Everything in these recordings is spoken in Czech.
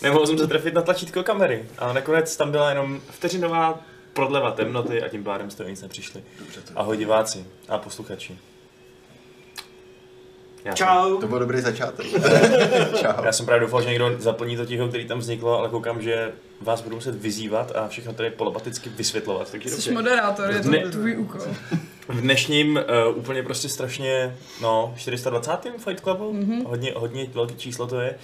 Nemohl jsem se trefit na tlačítko kamery, ale nakonec tam byla jenom vteřinová prodleva temnoty a tím pádem jste o nic nepřišli. Ahoj diváci a posluchači. Čau. To byl dobrý začátek. Čau. Já jsem právě doufal, že někdo zaplní to ticho, který tam vzniklo, ale koukám, že vás budu muset vyzývat a všechno tady polopaticky vysvětlovat. Takže jsi moderátor, je to tvůj úkol. V dnešním úplně prostě strašně, 420. Fight Clubu, hodně velké číslo to je.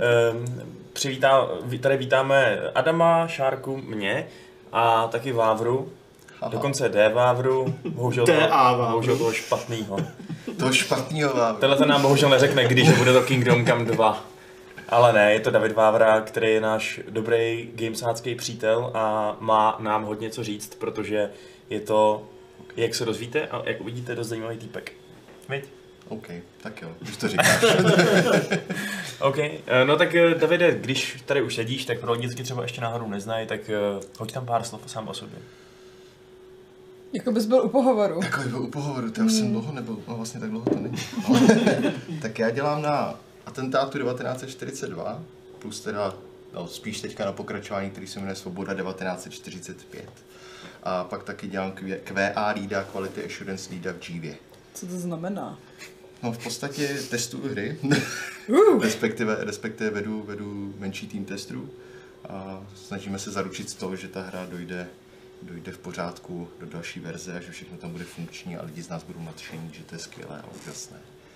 Tady vítáme Adama, Šárku, mě a taky Vávru. Aha. Dokonce D Vávru, bohužel toho špatnýho. Toho špatnýho Vávru. Tenhle ten nám bohužel neřekne, když bude to Kingdom Come 2. Ale ne, je to David Vávra, který je náš dobrý gamesácký přítel a má nám hodně co říct, protože je to, jak se dozvíte a jak uvidíte, dost zajímavý týpek. Viď? OK, tak jo, když to říkáš. OK, no tak Davide, když tady už sedíš, tak pro lidi, co tě třeba ještě náhodou neznají, tak hoď tam pár slov sám o sobě. Jako bys byl u pohovoru. Jako byl u pohovoru, to já jsem dlouho nebyl, vlastně tak dlouho to není. Tak já dělám na atentátu 1942, plus teda, spíš teďka na pokračování, který se jmenuje Svoboda 1945. A pak taky dělám QA leada, Quality Assurance leada v Jivě. Co to znamená? No v podstatě testuju hry, respektive vedu menší tým testů a snažíme se zaručit toho, že ta hra dojde v pořádku do další verze a že všechno tam bude funkční a lidi z nás budou nadšení, že to je skvělé a úžasné.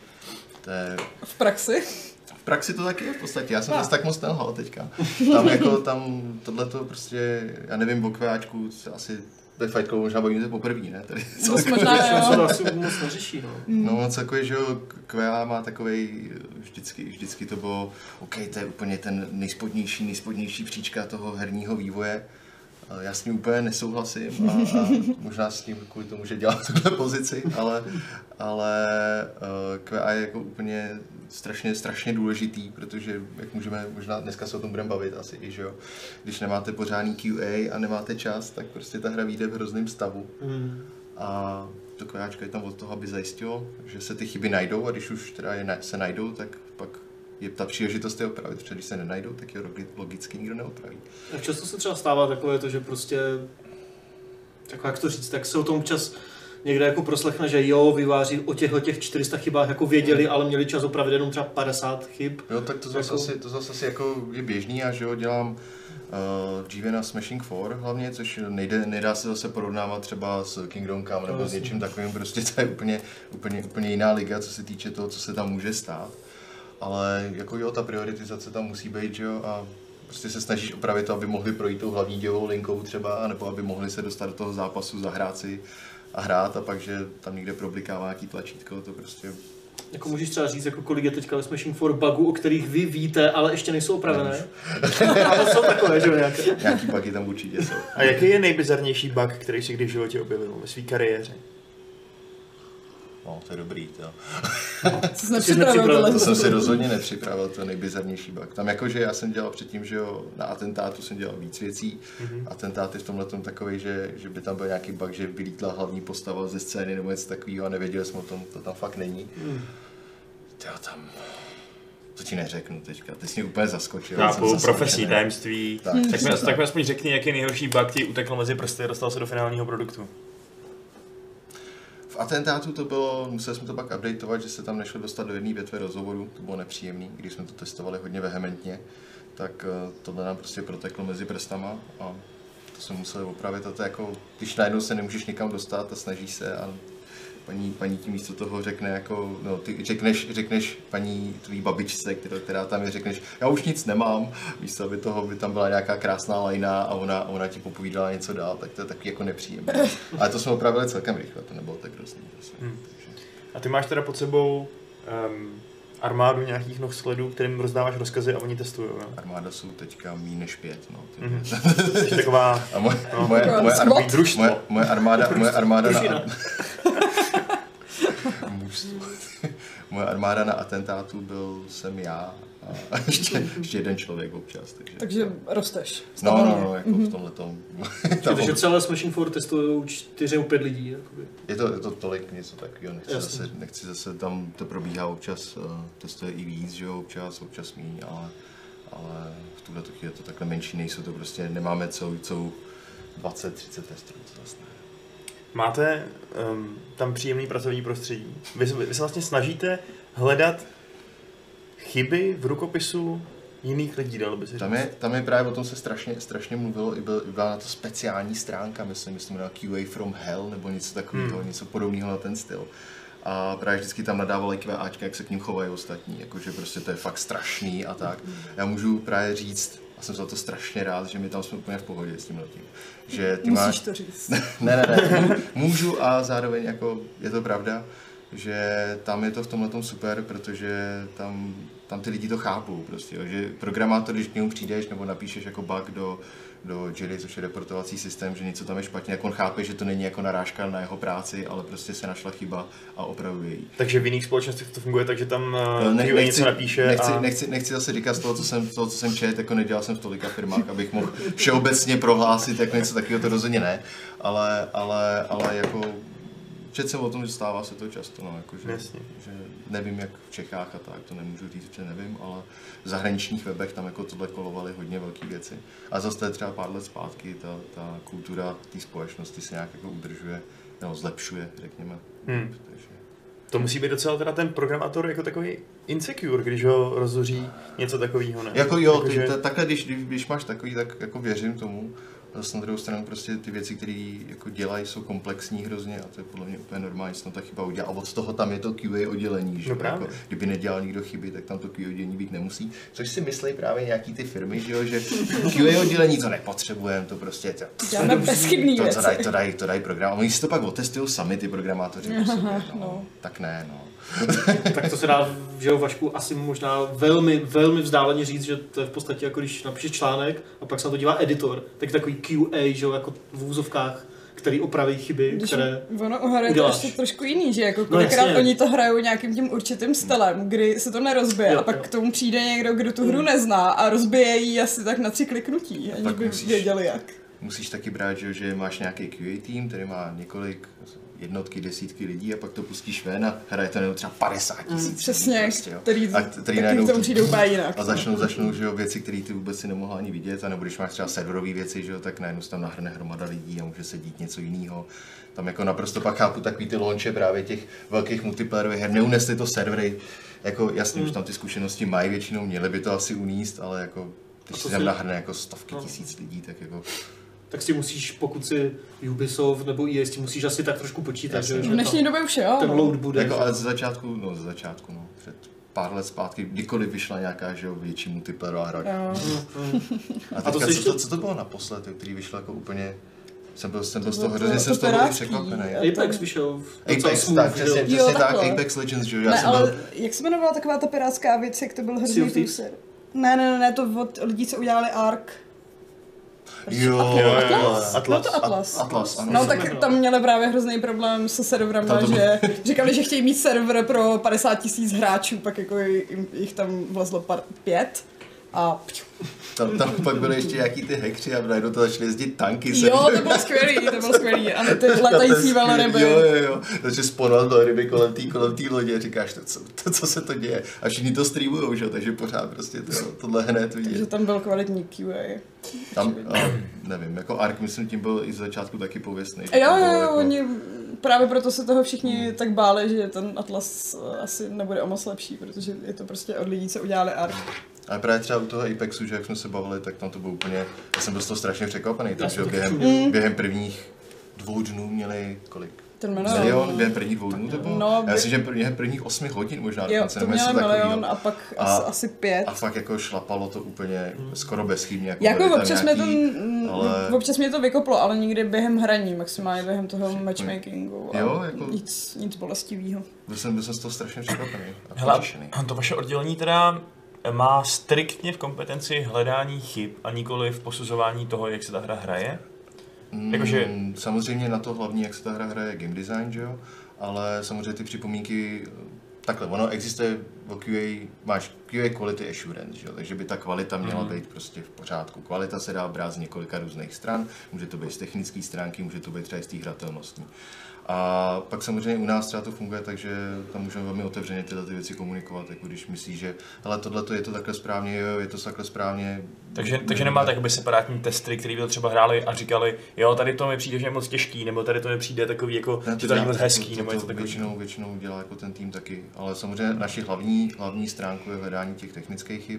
V praxi? V praxi to taky je v podstatě, já jsem zase tak moc nelhal teďka. Tam tohleto prostě, já nevím o QAčku, asi ve Fight Clubu možná bavíme poprvé, ne? Tady, to asi moc neřeší, no. No moc takový, že jo, QA má takovej, vždycky to bylo, OK, to je úplně ten nejspodnější příčka toho herního vývoje. Já s ním úplně nesouhlasím a možná s tím kvůli tomu, že dělám tuhle pozici, ale QA je jako úplně strašně důležitý, protože jak můžeme, možná dneska se o tom budeme bavit asi i, že jo, když nemáte pořádný QA a nemáte čas, tak prostě ta hra vyjde v hrozném stavu. A to QAčko je tam od toho, aby zajistilo, že se ty chyby najdou a když už teda se najdou, tak pak je ta příležitost je opravit, protože když se nenajdou, tak je logicky nikdo neopraví. Tak často se třeba stává takové to, že prostě, jako jak to říct, tak se o tom občas někde jako proslechne, že jo, vyváří o těch 400 chybách jako věděli, ale měli čas opravit jenom třeba 50 chyb. Jo, tak to zase asi jako je běžný a že jo, dělám GV na Smashing 4 hlavně, což nedá se zase porovnávat třeba s Kingdom Come nebo s něčím takovým, prostě to je úplně jiná liga, co se týče toho, co se tam může stát. Ale jako jo, ta prioritizace tam musí být, že jo, a prostě se snažíš opravit to, aby mohli projít tou hlavní dějovou linkou třeba, nebo aby mohli se dostat do toho zápasu, zahrát si a hrát a pak, že tam někde problikává nějaký tlačítko, to prostě... Jako můžeš třeba říct, jako kolik je teďka ve Smashing 4 bugů, o kterých vy víte, ale ještě nejsou opravené? Ale jsou takové, že jo, nějaké? Nějaký bugy tam určitě jsou. A jaký je nejbizarnější bug, který si kdy v životě objevil ve své kariéře? No, to je dobrý, to. Co jsi nepřipravil? To jsem si rozhodně nepřipravil, to je nejbizarnější bug. Tam jakože já jsem dělal předtím, že jo, na atentátu jsem dělal víc věcí. Atentát je v tomhletom takovej, že by tam byl nějaký bug, že vylítla hlavní postava ze scény nebo něco takového a nevěděl jsem o tom, to tam fakt není. To ti neřeknu teďka, ty jsi mě úplně zaskočil. Chápu, profesní tajemství. Tak mi aspoň řekni, jaký nejhorší bug ti utekl mezi prsty a dostal se do finálního produktu. V atentátu to bylo, museli jsme to pak updateovat, že se tam nešlo dostat do jedné větve rozhovoru, to bylo nepříjemný, když jsme to testovali hodně vehementně, tak tohle nám prostě proteklo mezi prstama a to jsme museli opravit a to jako, když najednou se nemůžeš nikam dostat a snažíš se a paní tím místo toho řekne jako, no ty řekneš paní tvý babičce, která tam je, řekneš, já už nic nemám, místo aby toho by tam byla nějaká krásná lajna a ona ti popovídala něco dál, tak to je taky jako nepříjemné. Ale to jsme opravili celkem rychle, to nebylo tak hrozný. A ty máš teda pod sebou armádu nějakých nohsledů, kterým rozdáváš rozkazy a oni testují, ne? Armáda jsou teďka méně než 5, no. Takže taková... A moje moje armáda na atentátu jsem já a ještě jeden člověk občas. Takže rosteš. No, jako v tomhletom. Takže celé Smashing 4 testují 4-5 lidí. Jakoby. Je to tolik něco takového, nechci zase tam to probíhá občas, testuje i víc, že jo, občas míň, ale v tuhle chvíli je to takhle menší, nejsou to prostě, nemáme celou 20-30 testů, to vlastně. Máte tam příjemný pracovní prostředí. Vy se vlastně snažíte hledat chyby v rukopisu jiných lidí, dalo by se říct. Tam je právě o tom se strašně mluvilo, i byla na to speciální stránka, myslím na QA from Hell, nebo něco takového, něco podobného na ten styl. A právě vždycky tam nadávali QAčka, jak se k ním chovají ostatní, jakože prostě to je fakt strašný a tak. Já můžu právě říct, a jsem za to strašně rád, že my tam jsme úplně v pohodě s tímhletím. Že ty Musíš to říct. Ne, můžu a zároveň jako je to pravda, že tam je to v tomhletom super, protože tam ty lidi to chápou prostě, že programátor, když k němu přijdeš nebo napíšeš jako bug do JIRI, což je reportovací systém, že něco tam je špatně, jak on chápe, že to není jako narážka na jeho práci, ale prostě se našla chyba a opravuje ji. Takže v jiných společnostech to funguje tak, že tam něco napíše nechci zase říkat z toho, co jsem čet, jako nedělal jsem v tolika firmách, abych mohl všeobecně prohlásit, jako něco takového, to rozhodně ne, ale jako čet jsem o tom, že stává se to často, no, jako, že nevím jak v Čechách a tak, to nemůžu říct, že nevím, ale v zahraničních webech tam jako tohle kolovaly hodně velké věci. A zase třeba pár let zpátky ta kultura té společnosti se nějak jako udržuje, nebo zlepšuje, řekněme. Takže... To musí být docela teda ten programátor jako takový insecure, když ho rozhoří něco takového, ne? Jako jo, takhle když máš takový, tak jako věřím tomu. Zase na druhou stranu prostě ty věci, které jako dělají, jsou komplexní hrozně a to je podle mě úplně normální, že se tam ta chyba udělá. A od toho tam je to QA oddělení, že jako, kdyby nedělal nikdo chyby, tak tam to QA oddělení být nemusí. Což si myslí právě nějaký ty firmy, že QA oddělení to nepotřebujeme, to prostě děláme bezchybný věci. To dají program. A oni si to pak otestují sami ty programátoři po sobě, tak ne, no. Tak to se dá, že jo, Vašku, asi možná velmi, velmi vzdáleně říct, že to je v podstatě jako když napíšeš článek a pak se na to dívá editor, tak takový QA, že jo, jako v úzovkách, který opraví chyby, když které ono u hry je to ještě trošku jiný, že jako kolikrát oni to hrajou nějakým tím určitým stylem, kdy se to nerozbije a pak k tomu přijde někdo, kdo tu hru nezná a rozbije ji asi tak na 3 kliknutí, aniž by věděli jak. Musíš taky brát, že máš nějaký QA tým, který má několik jednotky, desítky lidí a pak to pustíš ven a hraje to třeba 50 000. Přesně, prostě, který k tomu přijde úplně jinak. A začnou že jo, věci, které ty vůbec si nemohla ani vidět, anebo když máš třeba serverové věci, že jo, tak najednou se tam nahrne hromada lidí a může se dít něco jiného. Tam jako naprosto pak chápu takový ty launche právě těch velkých multiplayerových her, neunesli to servery, jako jasně, už tam ty zkušenosti mají většinou, měli by to asi uníst, ale jako když si tam nahrne jako stovky tisíc lidí, tak jako tak si musíš, pokud si Ubisoft nebo EA, si musíš asi tak trošku počítat, že v dnešní době už jo. Ten load bude. Jako, ale ze začátku, před pár let zpátky, kdykoliv vyšla nějaká, že jo, větší multiplayerová hra. A teďka, co to bylo naposled, který vyšlo jako úplně... Jsem byl z toho hrozně, jsem z toho byl překvapený. Apex vyšel. Apex, tak, přesně tak, Apex Legends, že jo. Ne, ale jak se jmenovala taková ta pirátská věc, jak to byl hrozný průser? Ne, to od lidí, co udělali Ark. Atlas, ano. No tak tam měli právě hrozný problém se serverama, že říkali, že chtějí mít server pro 50 000 hráčů, pak jako jich tam vlezlo 5 a... Tam pak byly ještě nějaký ty hackři a najednou to začaly jezdit tanky. Jo, to bylo skvělý. A ty letající velryby. Jo. Takže spawnovat velryby kolem té lodě a říkáš, co se to děje. A všichni to streamujou, že? Takže pořád prostě tohle hned vidět. Takže tam byl kvalitní QA. Tam, nevím, jako Ark, myslím, tím byl i z začátku taky pověstný. Jo, oni právě proto se toho všichni tak báli, že ten Atlas asi nebude o moc lepší, protože je to prostě od lidí, co udělali Ark. Ale právě třeba u toho Apexu, že jak jsme se bavili, tak tam to bylo úplně, já jsem byl z toho strašně překvapený, takže během prvních 2 dnů měli kolik? Milion, během prvních 2 dnů to bylo? No, já myslím, že během prvních 8 hodin možná. Jo, to měli milion a pak asi 5. A fakt jako šlapalo to úplně skoro bezchybně. Jako občas mě to vykoplo, ale nikdy během hraní, maximálně během toho matchmakingu. Jo, jako... Nic bolestivého. Byl jsem z toho strašně překvapený. Hele, to vaše oddělení teda má striktně v kompetenci hledání chyb a nikoli v posuzování toho, jak se ta hra hraje? Jakože... Samozřejmě na to hlavní, jak se ta hra hraje, game design, že jo? Ale samozřejmě ty připomínky, takhle, ono existuje o QA, máš QA quality assurance, že jo? Takže by ta kvalita měla být prostě v pořádku. Kvalita se dá brát z několika různých stran, může to být z technické stránky, může to být třeba z té hratelnostní. A pak samozřejmě u nás třeba to funguje tak, že tam můžeme velmi otevřeně tyhle ty věci komunikovat, jako když myslí, že hele, tohleto je to takhle správně, jo, je to takhle správně. Takže nemáte jakoby separátní testry, který by třeba hráli a říkali, jo, tady to mi přijde, že je moc těžký, nebo tady to mi přijde takový, jako, že to není moc hezký, nebo něco takového. Většinou dělá jako ten tým taky, ale samozřejmě naši hlavní stránku je hledání těch technických chyb,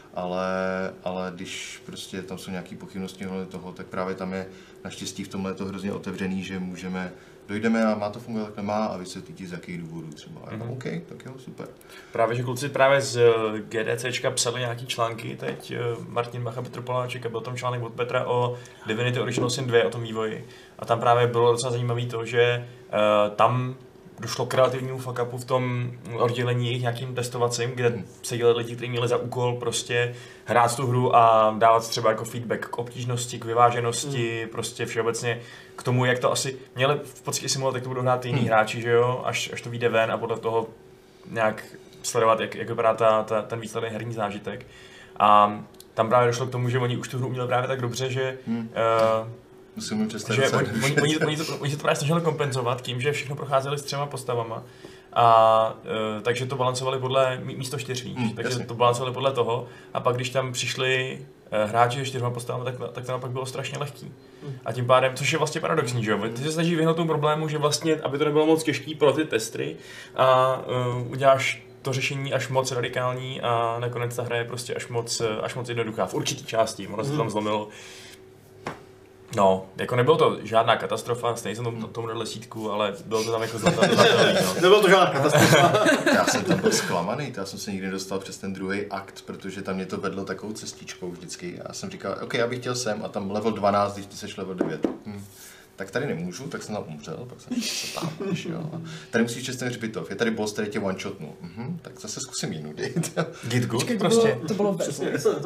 ale když prostě tam jsou nějaké pochybnosti ohledně toho, tak právě tam je naštěstí v tomhle to hrozně otevřený, že dojdeme a má to fungovat, takhle má a vysvětlíte z jakých důvodů třeba. OK, tak jo, super. Právě, že kluci právě z GDCčka psali nějaký články teď, Martin Bach a Petr Poláček, a byl tam článek od Petra o Divinity Original Sin 2, o tom vývoji. A tam právě bylo docela zajímavé to, že tam došlo k relativnímu fuck-upu v tom oddělení jejich nějakým testovacím, kde se dělali lidi, kteří měli za úkol prostě hrát tu hru a dávat třeba jako feedback k obtížnosti, k vyváženosti, prostě všeobecně k tomu, jak to asi měli v podstatě simulovat, jak to budou hrát jiní hráči, že jo, až to vyjde ven a podle toho nějak sledovat, jak vypadá ten výsledný herní zážitek. A tam právě došlo k tomu, že oni už tu hru uměli právě tak dobře, že musím představit, že oni se to právě snažili kompenzovat tím, že všechno procházeli s 3 postavama. A takže to balancovali podle místo 4, takže to balancovali podle toho. A pak když tam přišli hráči se 4 postavami, tak to naopak bylo strašně lehký. A tím pádem, což je vlastně paradoxní, že jo? Ty se snaží vyhnout tomu problému, že vlastně, aby to nebylo moc těžký pro ty testry a uděláš to řešení až moc radikální a nakonec ta hra je prostě až moc jednoduchá v určitý části, ono se to tam zlomilo. No, jako nebylo to žádná katastrofa, stejně jsem tomu dal lesítku, ale bylo to tam jako zlatý, no. Nebylo to žádná katastrofa. Já jsem tam byl zklamaný, já jsem se nikdy nedostal přes ten druhý akt, protože tam mě to vedlo takovou cestičkou vždycky. Já jsem říkal, OK, já bych chtěl sem a tam level 12, když ty seš level 9. Tak tady nemůžu, tak jsem tam umřel, pak jsem se tam, jo. Tady musíš čest ten hřbitov, je tady boss, který tě one-shotnu. Tak zase zkusím jinudy. Git good, prostě. To bylo přesně.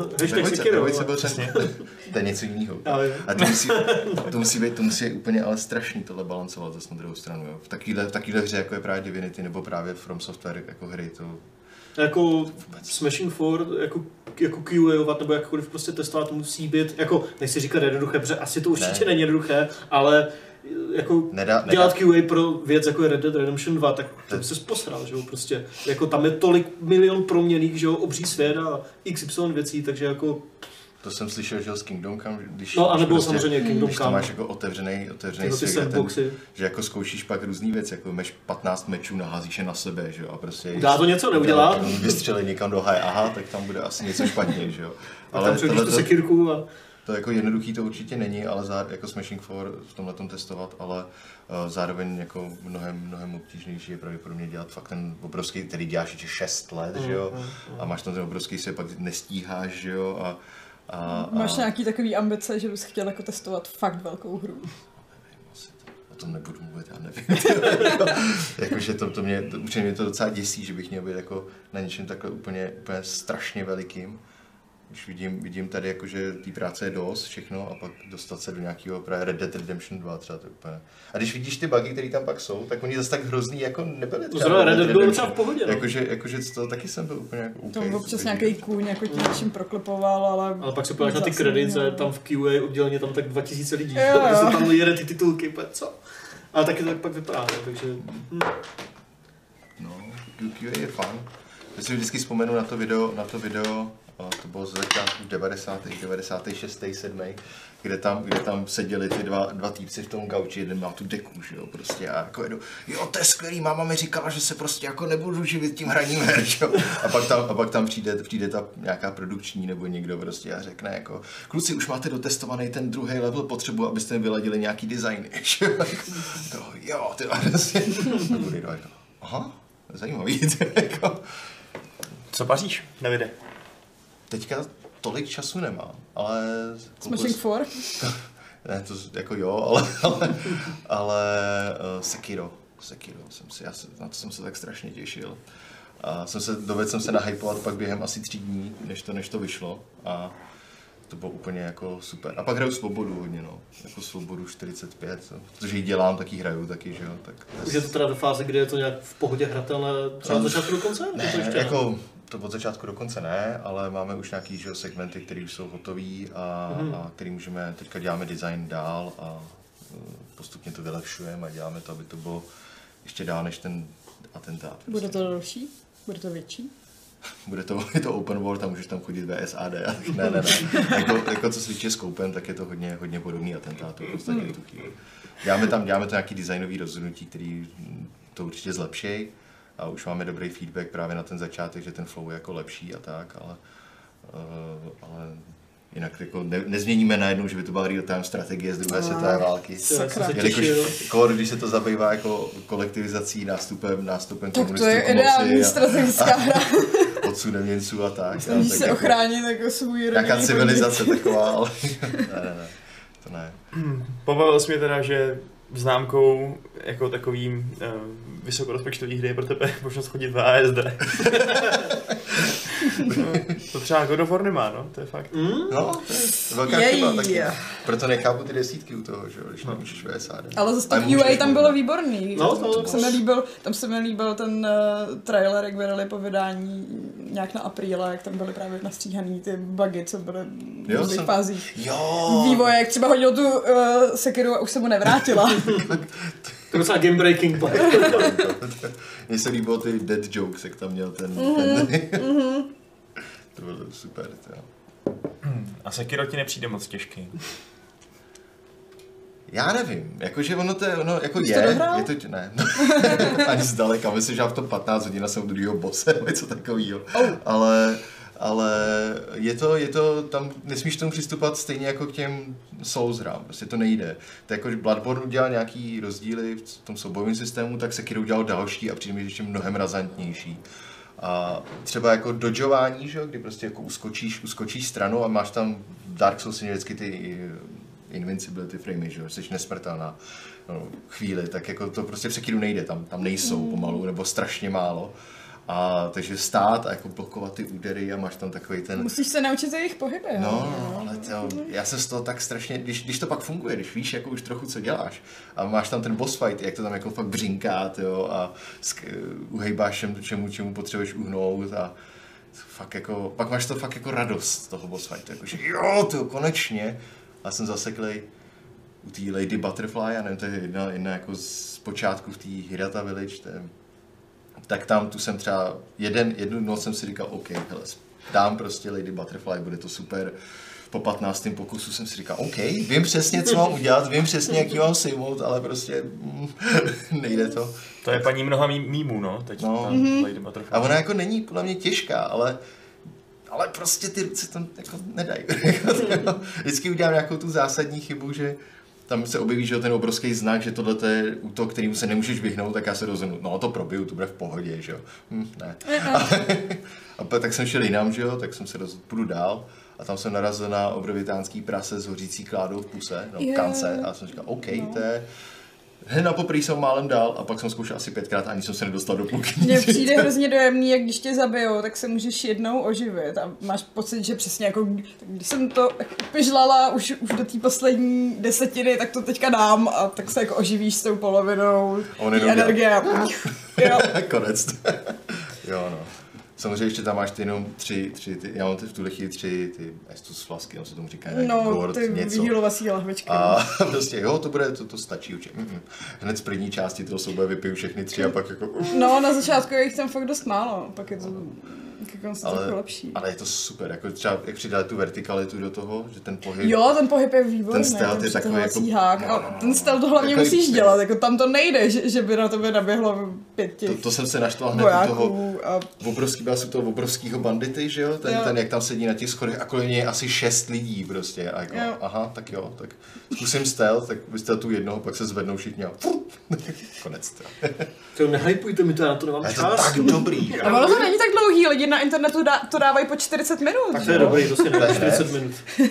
To je něco jiného. A to musí úplně ale strašný tohle balancovat zase na druhou stranu, jo. V takovéhle hře, jako je právě Divinity, nebo právě From Software, jako hry, to... Jako Smashing 4, jako QAovat nebo jakkoliv prostě testovat musí být, jako nechci říkat jednoduché, protože asi to určitě není jednoduché, ale jako dělat QA pro věc jako je Red Dead Redemption 2, tak to by se posral, že jo, prostě, jako tam je tolik milion proměnných, že jo, obří svět a XY věcí, takže jako... To jsem slyšel, že s Kingdom Come, když... No a nebo prostě, samozřejmě Kingdom Když Come. to máš jako otevřený svět, že jako zkoušíš pak různý věci, jako máš 15 mečů, naházíš je na sebe, že jo, a prostě... Dá to něco, neudělá? Vystřelej někam do haj, aha, tak tam bude asi něco špatně, že jo. Ale tam předvíš tu sekírku a... To jako jednoduchý to určitě není, ale jako Smashing 4 v tomhletom testovat, ale zároveň jako mnohem obtížnější je pravděpodobně dělat fakt ten obrovský, který děláš ještě 6 let, že jo, a máš tam ten obrovský svět, pak nestíháš, že jo, Máš nějaký takový ambice, že bys chtěl jako testovat fakt velkou hru? O tom nebudu mluvit, já nevím. Jakože mě to docela děsí, že bych měl být jako na něčem takhle úplně strašně velikým. Když vidím tady, jako, že té práce je dost, všechno, a pak dostat se do nějakého právě Red Dead Redemption 2 třeba to úplně. A když vidíš ty bugy, které tam pak jsou, tak oni zase tak hrozný jako nebyli. Třeba Red Dead byl třeba v pohodě. Jakože to taky jsem byl úplně jako to byl přes nějaký kůň, jako tím něčím proklepoval, ale pak se podíváš na ty kredity, tam v QA odděleně tam tak 2000 lidí, že tam jede ty titulky, co? Ale taky to tak pak vypadá, takže... No, QA je fun. Já si vždycky vzpomenu na to video, to bylo z začátku 96. 7. Kde tam seděli ty dva týpci v tom gauči, jeden má tu deku, že jo, prostě a jako jedu, jo, to je skvělý, máma mi říkala, že se prostě jako nebudu živit tím hraním her, jo. A pak tam přijde ta nějaká produkční nebo někdo prostě a řekne jako, kluci, už máte dotestovaný ten druhý level, potřebu, abyste mi vyladili nějaký designy, jo, ty a prostě, aha, zajímavý, jako. Co paříš, Davide? Teďka tolik času nemám, ale... Smashing 4? Ne, to jako jo, ale Sekiro na to jsem se tak strašně těšil. A dovedl jsem se nahypovat pak během asi 3 dní, než to vyšlo. A to bylo úplně jako super. A pak hraju Svobodu hodně, no. Jako Svobodu 45, protože ji dělám, tak ji hraju taky, že jo. Už je to teda do fáze, kdy je to nějak v pohodě hratelné třeba od začátku do konce? Ne, jako to od začátku do konce ne, ale máme už nějaký segmenty, které už jsou hotový a který můžeme, teďka děláme design dál a postupně to vylepšujeme a děláme to, aby to bylo ještě dál než ten atentát. Bude to další? Bude to větší? Je to open world a můžeš tam chodit VSAD. Ne. Jako co se týče Scopem, tak je to hodně podobný atentátu. Prostě tu chvíli. Děláme to nějaký designový rozhodnutí, který to určitě zlepší. A už máme dobrý feedback právě na ten začátek, že ten flow je jako lepší a tak, ale jinak jako nezměníme najednou, že by to byla real-time strategie z druhé světové války. Jelikož když se to zabývá jako kolektivizací, nástupem komunistů, to je ideální strategická hra. Odsunem Němců a tak. Snaží se ochránit jako svůj rodinný nějaká civilizace taková, ale ne, to ne. Pobavil jsi mě teda, že známkou jako takovým vysokorozpočtových hry je pro tebe možnost chodit v ASD. To třeba God of War nemá, no, to je fakt. No, to je velká chyba taky. Proto nechápu ty desítky u toho, že když nemůžeš VSAD. Ale zase to UA tam bylo výborný. Tam se mi líbil ten trailer, jak vydali po vydání nějak na apríle, jak tam byly právě nastříhaný ty bugy, co byly v různých fázích vývoje, jak třeba hodil tu Sekiru a už se mu nevrátila. To je docela game breaking play. Mně se líbilo ty dead jokes, jak tam měl ten... To bylo super. A Sekiro ti nepřijde moc těžký? Já nevím, jakože ono jako je to, ne, ani zdaleka, myslím, že já v tom 15 hodin jsem u druhého bosse, něco takového, ale je to, tam nesmíš tomu přistupovat stejně jako k těm Souls hrám, prostě to nejde. To jako, že Bloodborne udělal nějaký rozdíly v tom soubojovém systému, tak Sekiro udělal další a přijde mi ještě mnohem razantnější. A třeba jako dodžování, že? Kdy prostě jako uskočíš stranu a máš tam v Dark Souls vždycky ty invincibility framey, že jsi nesmrtelná chvíli, tak jako to prostě v Sekiru nejde, tam nejsou pomalu, nebo strašně málo. A takže stát a jako blokovat ty údery a máš tam takový ten... Musíš se naučit jejich pohyby. Ale já jsem z toho tak strašně, když to pak funguje, když víš jako už trochu co děláš a máš tam ten boss fight, jak to tam jako fakt břinká, a uhejbáš čemu potřebuješ uhnout a fakt jako, pak máš to fakt jako radost toho boss fightu, jakože konečně. A jsem zaseklej u té Lady Butterfly, a nevím, to je jedna jako z počátku v té Hirata Village, tak tam tu jsem třeba jednu noc jsem si říkal, OK, hele, dám prostě Lady Butterfly, bude to super. Po 15. pokusu jsem si říkal, OK, vím přesně, co mám udělat, vím přesně, jaký mám sejmout, ale prostě nejde to. To je paní mnoha mýmů, no, teď Lady Butterfly. A ona jako není podle mě těžká, ale prostě ty ruce tam jako nedají. Vždycky udělám nějakou tu zásadní chybu, že tam se objeví, že ten obrovský znak, že tohle je útok, kterým se nemůžeš vyhnout, tak já se rozhodnu, no to probiju, to bude v pohodě, že jo. Ne. A tak jsem šel jinam, že jo, tak jsem se rozhodl, půjdu dál. A tam jsem narazil na obrovitánský prase s hořící kládou v puse, kance, a jsem říkal, OK, to je... Hned na poprvé jsem málem dál a pak jsem zkoušel asi 5krát a ani jsem se nedostal do půlky. Mně přijde hrozně dojemný, jak když tě zabijou, tak se můžeš jednou oživit a máš pocit, že přesně jako, když jsem to pyžlala už do té poslední desetiny, tak to teďka dám a tak se jako oživíš s tou polovinou energie. Konec. Jo, no. Samozřejmě ještě tam máš ty jenom tři já mám v tuhle chvíli 3 ty Estus flasky, se tomu říká gourd, ty něco. Vyhýlovací lahvičky. A prostě to stačí určitě. Hned z první části toho souboje vypiju všechny 3 a pak jako... No, na začátku je jich tam fakt dost málo, pak je to trochu lepší. Ale je to super, jako třeba jak přidali tu vertikalitu do toho, že ten pohyb... Jo, ten pohyb je výborný, ten stealth je takový jako... ten stealth to hlavně musíš dělat, jako tam to nejde, že by na tobě naběhlo 5 těch to jsem se naštval hned u toho obrovského bandity, že jo? Ten jak tam sedí na těch schodech a kolem něj je asi 6 lidí prostě. A jako, aha, tak jo, tak zkusím stealth, tak vystealthu jednoho, pak se zvednou všichni a konec. To nehypujte mi to, na to nemám čas. To je tak dobrý. A ono to není tak dlouhý, lidi na internetu to dávají po 40 minut. Tak to je dobrý, to si nedá 40 minut.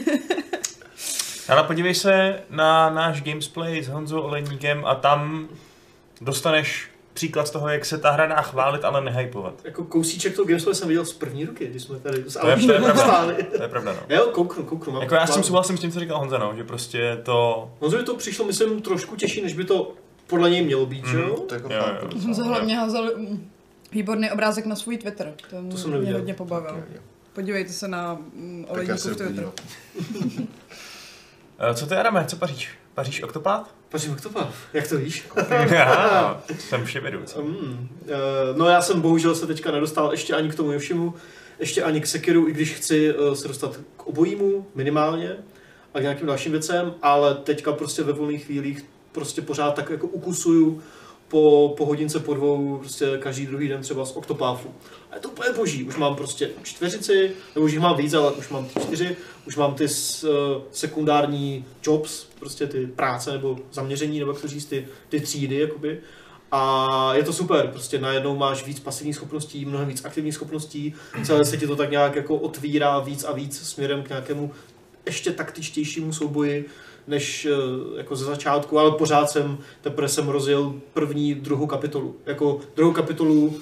Ale podívej se na náš gamesplay s Honzou Olejníkem a tam dostaneš příklad z toho, jak se ta hra dá chválit, ale nehypovat. Jako kousíček toho gamesplay jsem viděl z první ruky, když jsme tady to je pravda, no. Jo, kouknu. Jako já s tím souhlasím s tím, co říkal Honza, no, že prostě to... Honzovi to přišlo, myslím, trošku těžší, než by to podle něj mělo být, že jo? Honza hlavně házel výborný obrázek na svůj Twitter, to mě hodně pobavil. Podívejte se na Olejníkův Twitter. Co ty, Adame, co paříš? Paříš Octopath? Pařím Octopath, jak to víš? Já, jsem vševědoucí. No já jsem bohužel se teďka nedostal ještě ani k tomu Yoshimu, ještě ani k Sekiru, i když chci se dostat k obojímu minimálně a k nějakým dalším věcem, ale teďka prostě ve volných chvílích prostě pořád tak jako ukusuju po hodince, po dvou, prostě každý druhý den třeba z Octopathu. A je to úplně boží, už mám prostě 4, nebo už jich mám víc, ale už mám ty 4, už mám ty sekundární jobs, prostě ty práce nebo zaměření, nebo jak to říct, ty třídy, jakoby. A je to super, prostě najednou máš víc pasivních schopností, mnohem víc aktivních schopností, celé se ti to tak nějak jako otvírá víc a víc směrem k nějakému ještě taktičtějšímu souboji, než jako ze začátku, ale pořád jsem rozjel druhou kapitolu. Jako druhou kapitolu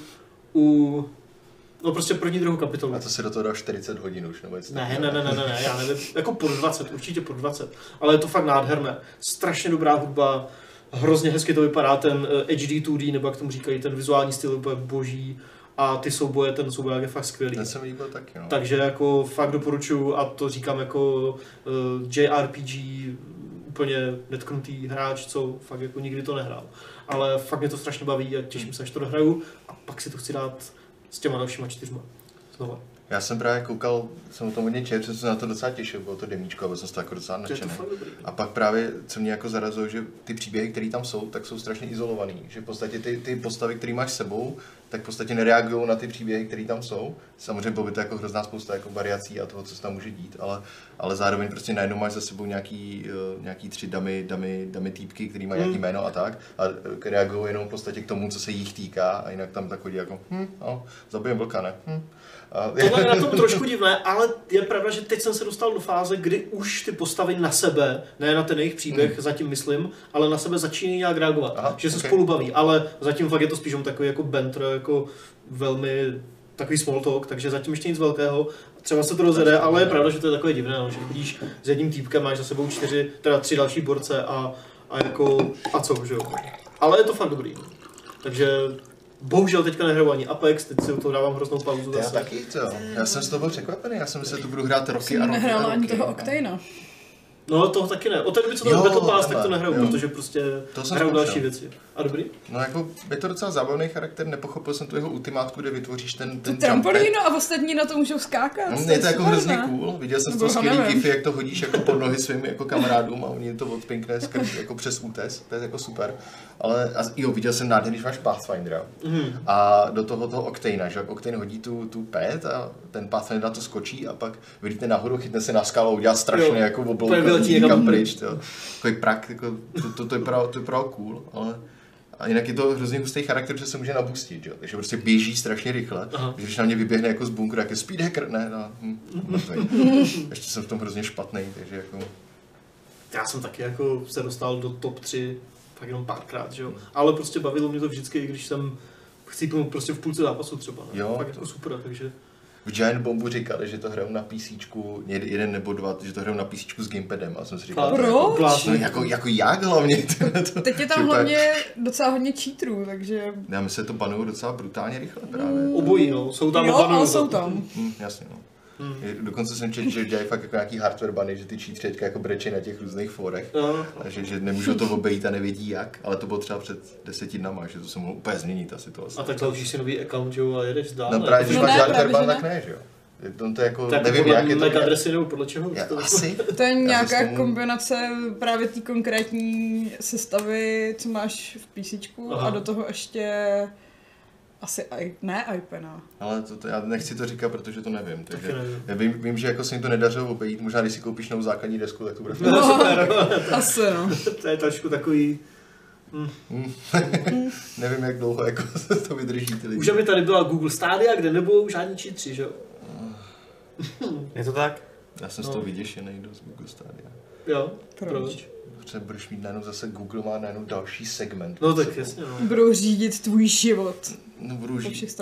druhou kapitolu. A to si do toho dal 40 hodin už, nebo Ne, já nevím, jako pod 20, určitě pod 20, ale je to fakt nádherné. Strašně dobrá hudba, hrozně hezky to vypadá, ten HD 2D, nebo jak tomu říkají, ten vizuální styl je úplně boží. A ty souboje, ten souboják je fakt skvělý. Ten jsem líbil taky, no. Takže jako fakt doporučuji a to říkám jako JRPG úplně netknutý hráč, co fakt jako nikdy to nehrál. Ale fakt mě to strašně baví a těším se, až to dohraju a pak si to chci dát s těma dalšíma 4 znova. Já jsem právě koukal, jsem o tom hodně četl, jsem se na to docela těšil, bylo to demíčko, ale jsem se jako docela nadšený. A pak právě, co mě jako zarazilo, že ty příběhy, které tam jsou, tak jsou strašně izolovaný. Že v podstatě ty postavy, které máš s sebou, tak v podstatě nereagují na ty příběhy, které tam jsou. Samozřejmě bylo by to jako hrozná spousta jako variací a toho, co se tam může dít, ale zároveň prostě najednou máš za sebou nějaký 3 damy týpky, který mají nějaký jméno a tak, a reagují jenom v podstatě k tomu, co se jich týká, a jinak tam tak chodí jako zabijem vlka, ne? Tohle je na tom trošku divné, ale je pravda, že teď jsem se dostal do fáze, kdy už ty postavy na sebe, ne na ten jejich příběh, zatím myslím, ale na sebe začínají nějak reagovat, že se spolu baví, ale zatím fakt je to spíš takový jako banter, jako velmi takový small talk, takže zatím ještě nic velkého. Třeba se to rozjede, ale je pravda, že to je takové divné, že chodíš s jedním týpkem, máš za sebou 3 další borce a co, že jo. Ale je to fakt dobrý. Takže bohužel teďka nehraju ani Apex, teď si u toho dávám hroznou pauzu. Já taky, já jsem z toho byl překvapený, já jsem myslel, že tu budu hrát roky a roky. Nehrál ani toho Octana. No toho taky ne. Od té doby, co to Battle Pass, tak to nehraju, protože prostě hraju další věci. A dobrý? No jako, je to docela zábavný charakter, nepochopil jsem tu jeho ultimátku, kde vytvoříš ten trampolíno a ostatní na to můžou skákat. Je to jako hrozně cool, viděl jsem to skvělý gify, jak to hodíš jako pod nohy svým jako kamarádům a oni to odpinkne skrz jako přes útes, to je jako super. Ale viděl jsem nádherný, když máš Pathfindera a do toho Octana, že Octane hodí tu pet a ten Pathfinder na to skočí a pak vylítne nahoru, chytne se na skalu a udělá strašně jako oblouka někam pryč. Takový prak, jako, to je právě cool, ale a jinak je to hrozně hustý charakter, že se může nabustit, jo? Takže prostě běží strašně rychle, když na mě vyběhne jako z bunkru, jak je speed hacker, ještě jsem v tom hrozně špatný, takže jako... Já jsem taky jako se dostal do top 3 tak jenom párkrát, že jo, ale prostě bavilo mě to vždycky, i když jsem chcípnul prostě v půlce zápasu třeba, jo, fakt jako super, takže... V Giant Bombu říkali, že to hrajou na PCčku, 1 nebo 2, že to hrajou na PCčku z gamepadem a jsem si říkal, jako jak hlavně? Teď je tam hlavně docela hodně cheaterů, takže... Já myslím, že to banují docela brutálně rychle právě. Obojí, no, jsou tam ale jsou tam. Jasně, no. Dokonce jsem četl, že dělají fakt jako nějaký hardware bany, že ty cheateři jako brečí na těch různých fórech, takže že nemůžou to obejít a nevědí jak, ale to bylo třeba před 10 dnama, že to se mohlo úplně změnit ta situace. A tak založíš si nový account, jo, a jedeš dál. No právě, když máš hardware ban, tak ne, že jo. To jako, tak nevím, jak je to... MAC adresy nebo podle čeho? Asi. To je nějaká kombinace právě té konkrétní sestavy, co máš v PCčku a do toho ještě... Asi iPena. Ale to já nechci to říkat, protože to nevím. Takže já vím, že jako se jim to nedařilo obejít. Možná když si koupíš novou základní desku, tak to bude super. Asi no. To je trošku takový... Nevím, jak dlouho jako to vydrží ty lidi. Už aby tady byla Google Stadia, kde nebudou žádní cheatři, že jo? Je to tak? Já jsem z toho vyděšený dost Google Stadia. Jo, proč? Protože budeš mít najednou zase Google má najednou další segment. No tak jasně, no. Budou řídit tvůj život. No budou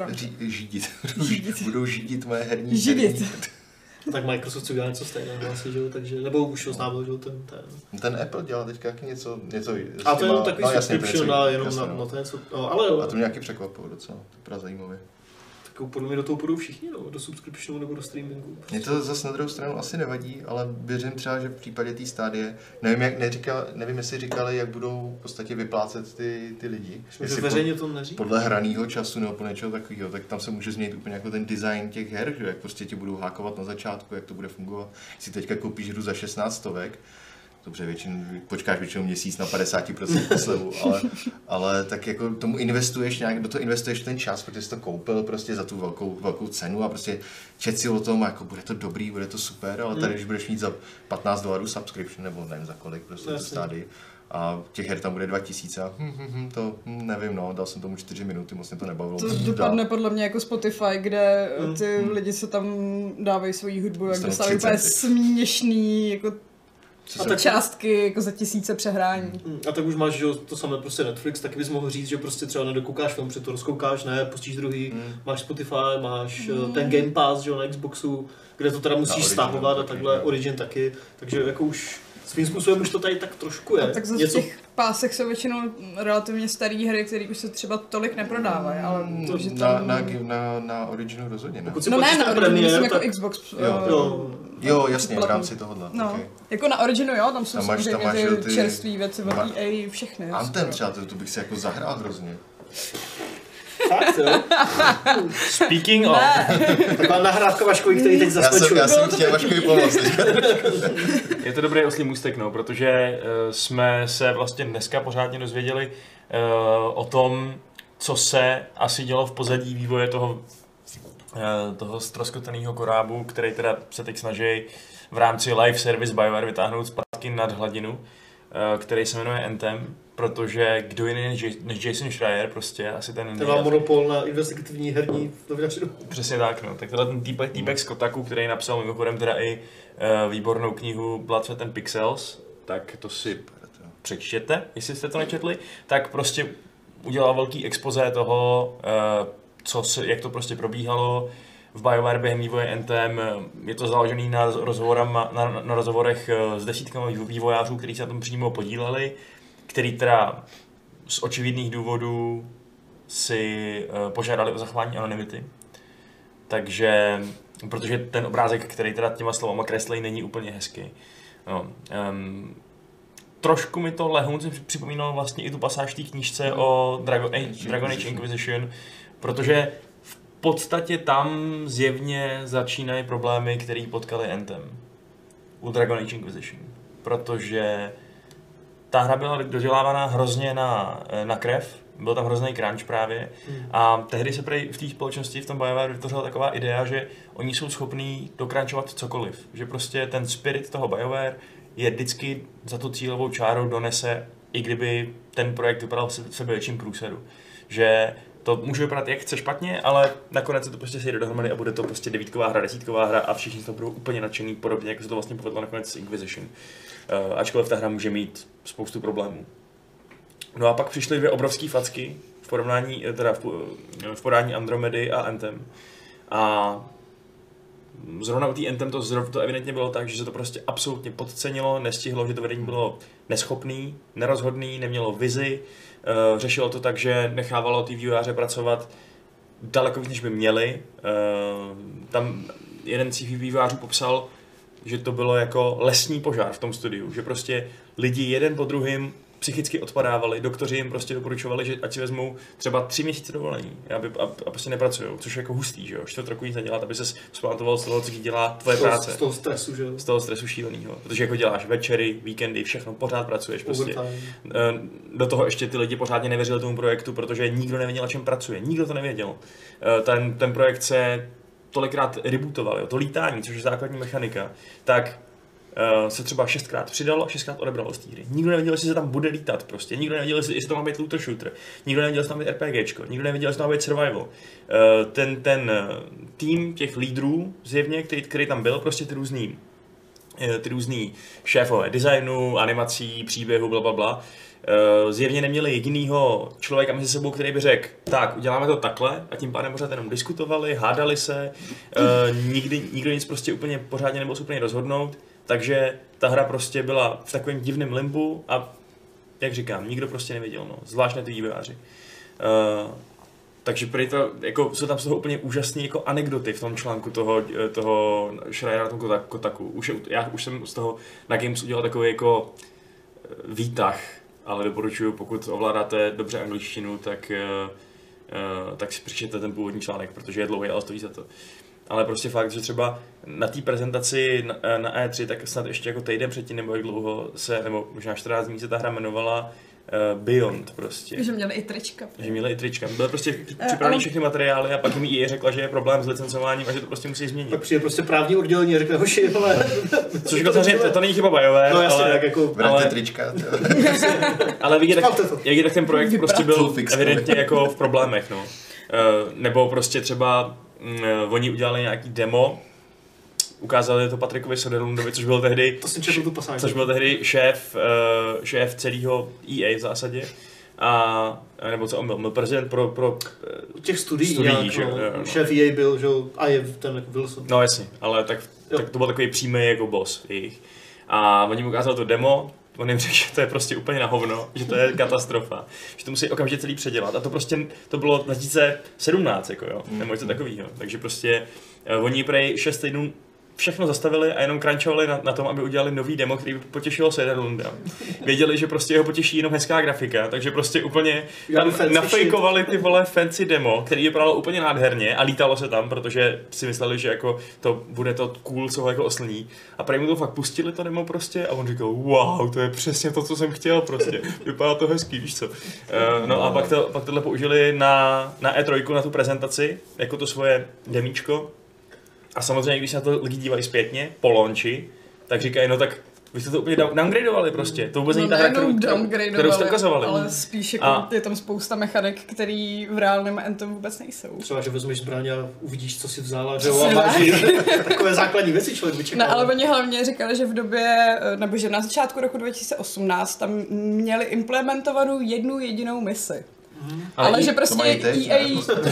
řídit moje herní. Tak Microsoft si udělal něco stejného asi, že jo, takže, nebo už oznámil, že ten Apple dělal teďka něco a to je jenom takový subscription, jenom na to něco, no, ale... A to mě nějaký překvapilo docela, to je zajímavé. jako podle mě do toho půjdou všichni, no, do subscriptionu nebo do streamingu. Mě to zase na druhou stranu asi nevadí, ale věřím třeba, že v případě té stádie, nevím, jestli říkali, jak budou v podstatě vyplácet ty lidi. Veřejně to neříká. Podle hraného času nebo podle něčeho takového, tak tam se může změnit úplně jako ten design těch her, že jak prostě ti budou hákovat na začátku, jak to bude fungovat. Jestli teďka koupíš hru za 16 stovek, dobře, počkáš většinou měsíc na 50% slevu, ale tak jako tomu investuješ nějak, do toho investuješ ten čas, protože jsi to koupil prostě za tu velkou cenu a prostě čet si o tom, jako bude to dobrý, bude to super, ale tady, když budeš mít za $15 subscription, nebo nevím za kolik, prostě to stádí, a těch her tam bude 2000 a to nevím, no, dal jsem tomu 4 minuty, moc mě to nebavilo. To dopadne podle mě jako Spotify, kde ty lidi se tam dávají svoji hudbu, jak dostávají úplně směšný, jako a částky jako za tisíce přehrání. A tak už máš, že to samé prostě Netflix, taky bys mohl říct, že prostě třeba nedokoukáš film, protože to rozkoukáš, ne, pustíš druhý, máš Spotify, máš ten Game Pass, že na Xboxu, kde to teda musíš stahovat a takhle, Origin taky, takže jako už svým způsobem už to tady tak trošku je. A tak zase v těch pásech jsou většinou relativně staré hry, které už se třeba tolik neprodávají, ale to, že tam... Na Originu rozhodně, ne? No ne, na Originu, myslím jako Xbox. Jo, jasně, v rámci tohohle. No, okay. Jako na Originu, jo, tam jsou samozřejmě ty čerství věci od EA, všechny. Anthem třeba, to bych si jako zahrál hrozně. Fakt, jo? Speaking of. Taková nahrávka Vaškovi, který teď zasvědčuje. Já jsem chtěl Vaškovi pomoct. Je to dobrý oslý můstek, no, protože jsme se vlastně dneska pořádně dozvěděli o tom, co se asi dělo v pozadí vývoje toho ztroskotaného korábu, který teda se teď snaží v rámci live service BioWare vytáhnout zpátky nad hladinu, který se jmenuje Anthem, protože kdo jiný než Jason Schreier prostě asi ten má monopol na investigativní herní novinařinu. Přesně tak, no. Tak tenhle ten týpek z Kotaku, který napsal mimochodem teda i výbornou knihu Blood, Sweat and Pixels, tak to si přečtěte, jestli jste to nečetli, tak prostě udělal velký expoze toho, jak to prostě probíhalo v BioWare během vývoje Anthem. Je to založený na rozhovorech s desítkami vývojářů, kteří se na tom přímo podíleli, který teda z očividných důvodů si požádali o zachování anonymity. Takže, protože ten obrázek, který teda těma slovama kreslí, není úplně hezký. No, trošku mi to lehonce připomínalo vlastně i tu pasáž v té knížce o Dragon Age Inquisition, protože v podstatě tam zjevně začínají problémy, které potkali Anthem u Dragon Age Inquisition, protože ta hra byla dodělávaná hrozně na krev, byl tam hrozný crunch právě a tehdy se v té společnosti v tom BioWare vytvořila taková idea, že oni jsou schopní dokrančovat cokoliv, že prostě ten spirit toho BioWare je vždycky za tu cílovou čáru donese, i kdyby ten projekt vypadal v sebevětším průseru. Že to může vypadat jak chce špatně, ale nakonec se to prostě sejde dohromady a bude to prostě 9ková hra, 10ková hra a všichni z toho budou úplně nadšený, podobně jako se to vlastně povedlo nakonec s Inquisition. Ačkoliv ta hra může mít spoustu problémů. No a pak přišly dvě obrovský facky v podání Andromedy a Anthem. A zrovna u té Anthem to evidentně bylo tak, že se to prostě absolutně podcenilo, nestihlo, že to vedení bylo neschopný, nerozhodný, nemělo vizi, řešilo to tak, že nechávalo ty vývojáře pracovat daleko víc, než by měli. Tam jeden z těch vývojářů popsal, že to bylo jako lesní požár v tom studiu, že prostě lidi jeden po druhým psychicky odpadávali, doktoři jim prostě doporučovali, že ať si vezmou třeba 3 měsíce dovolení a prostě nepracujou, což je jako hustý, že jo, 4 roku nic nedělat, aby ses vzpamatoval z toho, co ti dělá tvoje práce. Z toho stresu, že jo. Z toho stresu šílenýho, protože jako děláš večery, víkendy, všechno, pořád pracuješ prostě. Do toho ještě ty lidi pořádně nevěřili tomu projektu, protože nikdo nevěděl, na čem pracuje, nikdo to nevěděl. Ten projekt se tolikrát rebootoval, jo, to lítání, což je základní mechanika, tak se třeba 6krát přidalo a 6krát odebralo z té hry. Nikdo nevěděl, jestli se tam bude lítat prostě. Nikdo nevěděl, jestli to má být looter shooter. Nikdo nevěděl, jestli tam má být RPGčko. Nikdo nevěděl, jestli to má být survival. Ten tým těch lídrů zjevně, který tam byl, prostě ty různý šéfové designu, animací, příběhu, blablabla, zjevně neměli jedinýho člověka mezi sebou, který by řekl, tak, uděláme to takhle a tím pádem pořád jenom diskutovali, hádali se, nikdo nic prostě úplně pořádně nebyl schopný rozhodnout, takže ta hra prostě byla v takovém divném limbu a jak říkám, nikdo prostě nevěděl, no, zvlášť ty vývojáři. Takže prý to, jako, jsou tam z toho úplně úžasné jako anekdoty v tom článku toho Schreiera na tom Kotaku. Já už jsem z toho na Games udělal takový jako výtah, ale doporučuji, pokud ovládáte dobře angličtinu, tak si přečtěte ten původní článek, protože je dlouhý, ale stojí za to. Ale prostě fakt, že třeba na té prezentaci na E3, tak snad ještě jako týden předtím, nebo jak dlouho nebo možná 14 dní se ta hra jmenovala Beyond prostě. Že měli i trička. Že měli i trička. Byly prostě připravený všechny materiály a pak jim EA řekla, že je problém s licencováním a že to prostě musí změnit. Pak přijde prostě právní oddělení a řekne, hoši, ale... Což jako to není chyba BioWare, no, jasně, tak jako... Vrátě trička. Ale vidět, jak ten projekt prostě byl evidentně jako v problémech, no. Nebo prostě třeba oni udělali nějaký demo, ukázali to Patrickovi Soderlundovi, což byl tehdy šéf celého EA v zásadě. Nebo co on byl prezident pro těch studií že šéf EA byl, že a je ten Wilson. No jasně, ale tak to byl takový přímý jako boss jejich. A oni mu ukázali to demo, on jim řekl, že to je prostě úplně na hovno, že to je katastrofa, že to musí okamžitě celý předělat. A to bylo 2017, jako jo, nebo něco takového. Takže prostě oni prej 6 týdnů všechno zastavili a jenom crunchovali na tom, aby udělali nový demo, který by potěšilo Soderlunda. Věděli, že prostě ho potěší jenom hezká grafika, takže prostě úplně tam nafejkovali ty vole fancy demo, který vypadalo úplně nádherně a lítalo se tam, protože si mysleli, že jako to bude to cool, co ho jako oslní. A prej mu to fakt pustili to demo prostě a on říkal, wow, to je přesně to, co jsem chtěl prostě. Vypadá to hezký, víš co. No a pak tohle použili na E3 na tu prezentaci, jako to svoje demíčko. A samozřejmě, když se na to lidi dívají zpětně, po launchi, tak říkají, no tak vy jste to úplně downgradovali prostě. To vůbec není ta hra, kterou jste ukazovali. Ale spíš jako je tam spousta mechanik, který v reálném Anthem vůbec nejsou. Třeba, že vezmeš zbraň a uvidíš, co si vzala, že jo, a máš takové základní věci člověk by čekal. No, ale oni hlavně říkali, že v době, nebo že na začátku roku 2018 tam měli implementovanou jednu jedinou misi. Ale že prostě EA...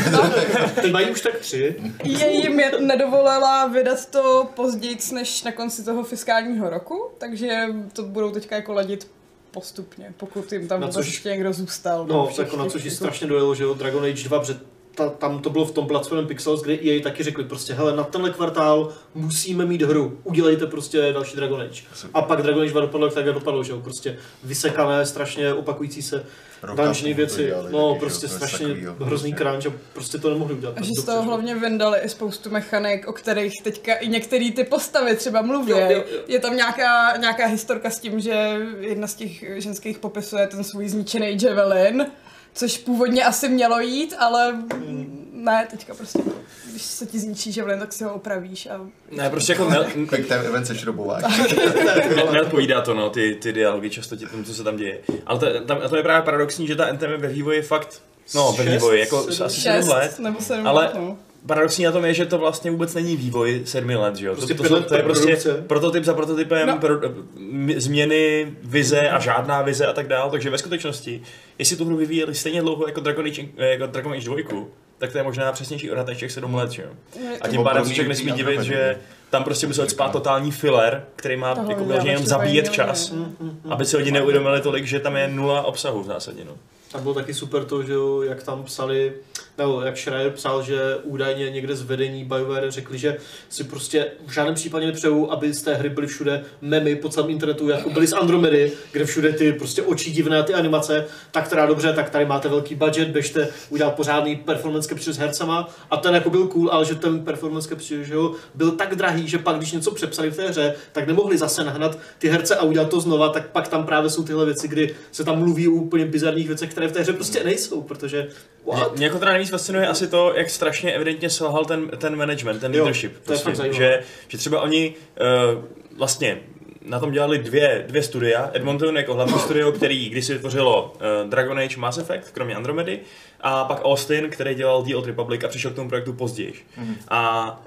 Ty mají už tak 3. EA jim nedovolila vydat to později než na konci toho fiskálního roku, takže to budou teďka jako ladit postupně, pokud jim tam vůbec ještě někdo zůstal. No, jako na což ji strašně dojelo, že jo, Dragon Age 2, protože tam to bylo v tom platformem Pixels, kde EA taky řekli prostě, hele, na tenhle kvartál musíme mít hru, udělejte prostě další Dragon Age. A pak Dragon Age 2 dopadlo, tak dopadlo, že jo, prostě vysekané, strašně opakující se dungeony věci, no prostě strašně hrozný crunch a prostě to nemohli udělat. A že z toho hlavně vyndali i spoustu mechanik, o kterých teďka i některé ty postavy třeba mluví. Jo. Je tam nějaká historka s tím, že jedna z těch ženských popisuje ten svůj zničený javelin, což původně asi mělo jít, ale ne, teďka prostě, když se ti zničí javelin, tak si ho opravíš a... Ne, prostě jako Quick time event se šroubovák. Neodpovídá to, no, ty dialogy často tomu, co se tam děje. Ale to je právě paradoxní, že ta Anthem ve vývoji fakt, ve vývoji, jako asi 7 let, nebo 7 ale let, no. Paradoxní na tom je, že to vlastně vůbec není vývoj 7 let, že jo? Prostě to je prostě prototyp za prototypem, změny, vize a žádná vize a tak dál, takže ve skutečnosti, jestli tu hru vyvíjeli stejně dlouho jako Dragon Age 2, tak to je možná přesnější odhad než těch 7 let, že jo? A tím pádem se člověk nesmí divit, že tam prostě musel spát totální filler, který má jako vyloženě jenom zabíjet čas, aby si lidi neuvědomili tolik, že tam je 0 obsahu v zásadě, no. A bylo taky super to, že jo, jak tam psali, nebo jak Schreier psal, že údajně někde z vedení BioWare řekli, že si prostě v žádném případě nepřejou, aby z té hry byly všude memy po celém internetu, jako byly z Andromedy, kde všude ty prostě oči divné a ty animace, tak teda dobře, tak tady máte velký budget, běžte udělat pořádný performance capture s hercema a ten jako byl cool, ale že ten performance capture, že jo, byl tak drahý, že pak když něco přepsali v té hře, tak nemohli zase nahnat ty herce a udělat to znova, tak pak tam právě jsou tyhle věci, kdy se tam mluví o úplně bizarních věcech, které v té hře prostě nejsou, protože mě jako teda nejvíc fascinuje asi to, jak strašně evidentně selhal ten management, ten leadership. Prostě, že třeba oni vlastně na tom dělali dvě studia, Edmonton jako hlavní studio, který když si vytvořilo Dragon Age Mass Effect, kromě Andromedy, a pak Austin, který dělal The Old Republic a přišel k tomu projektu později. A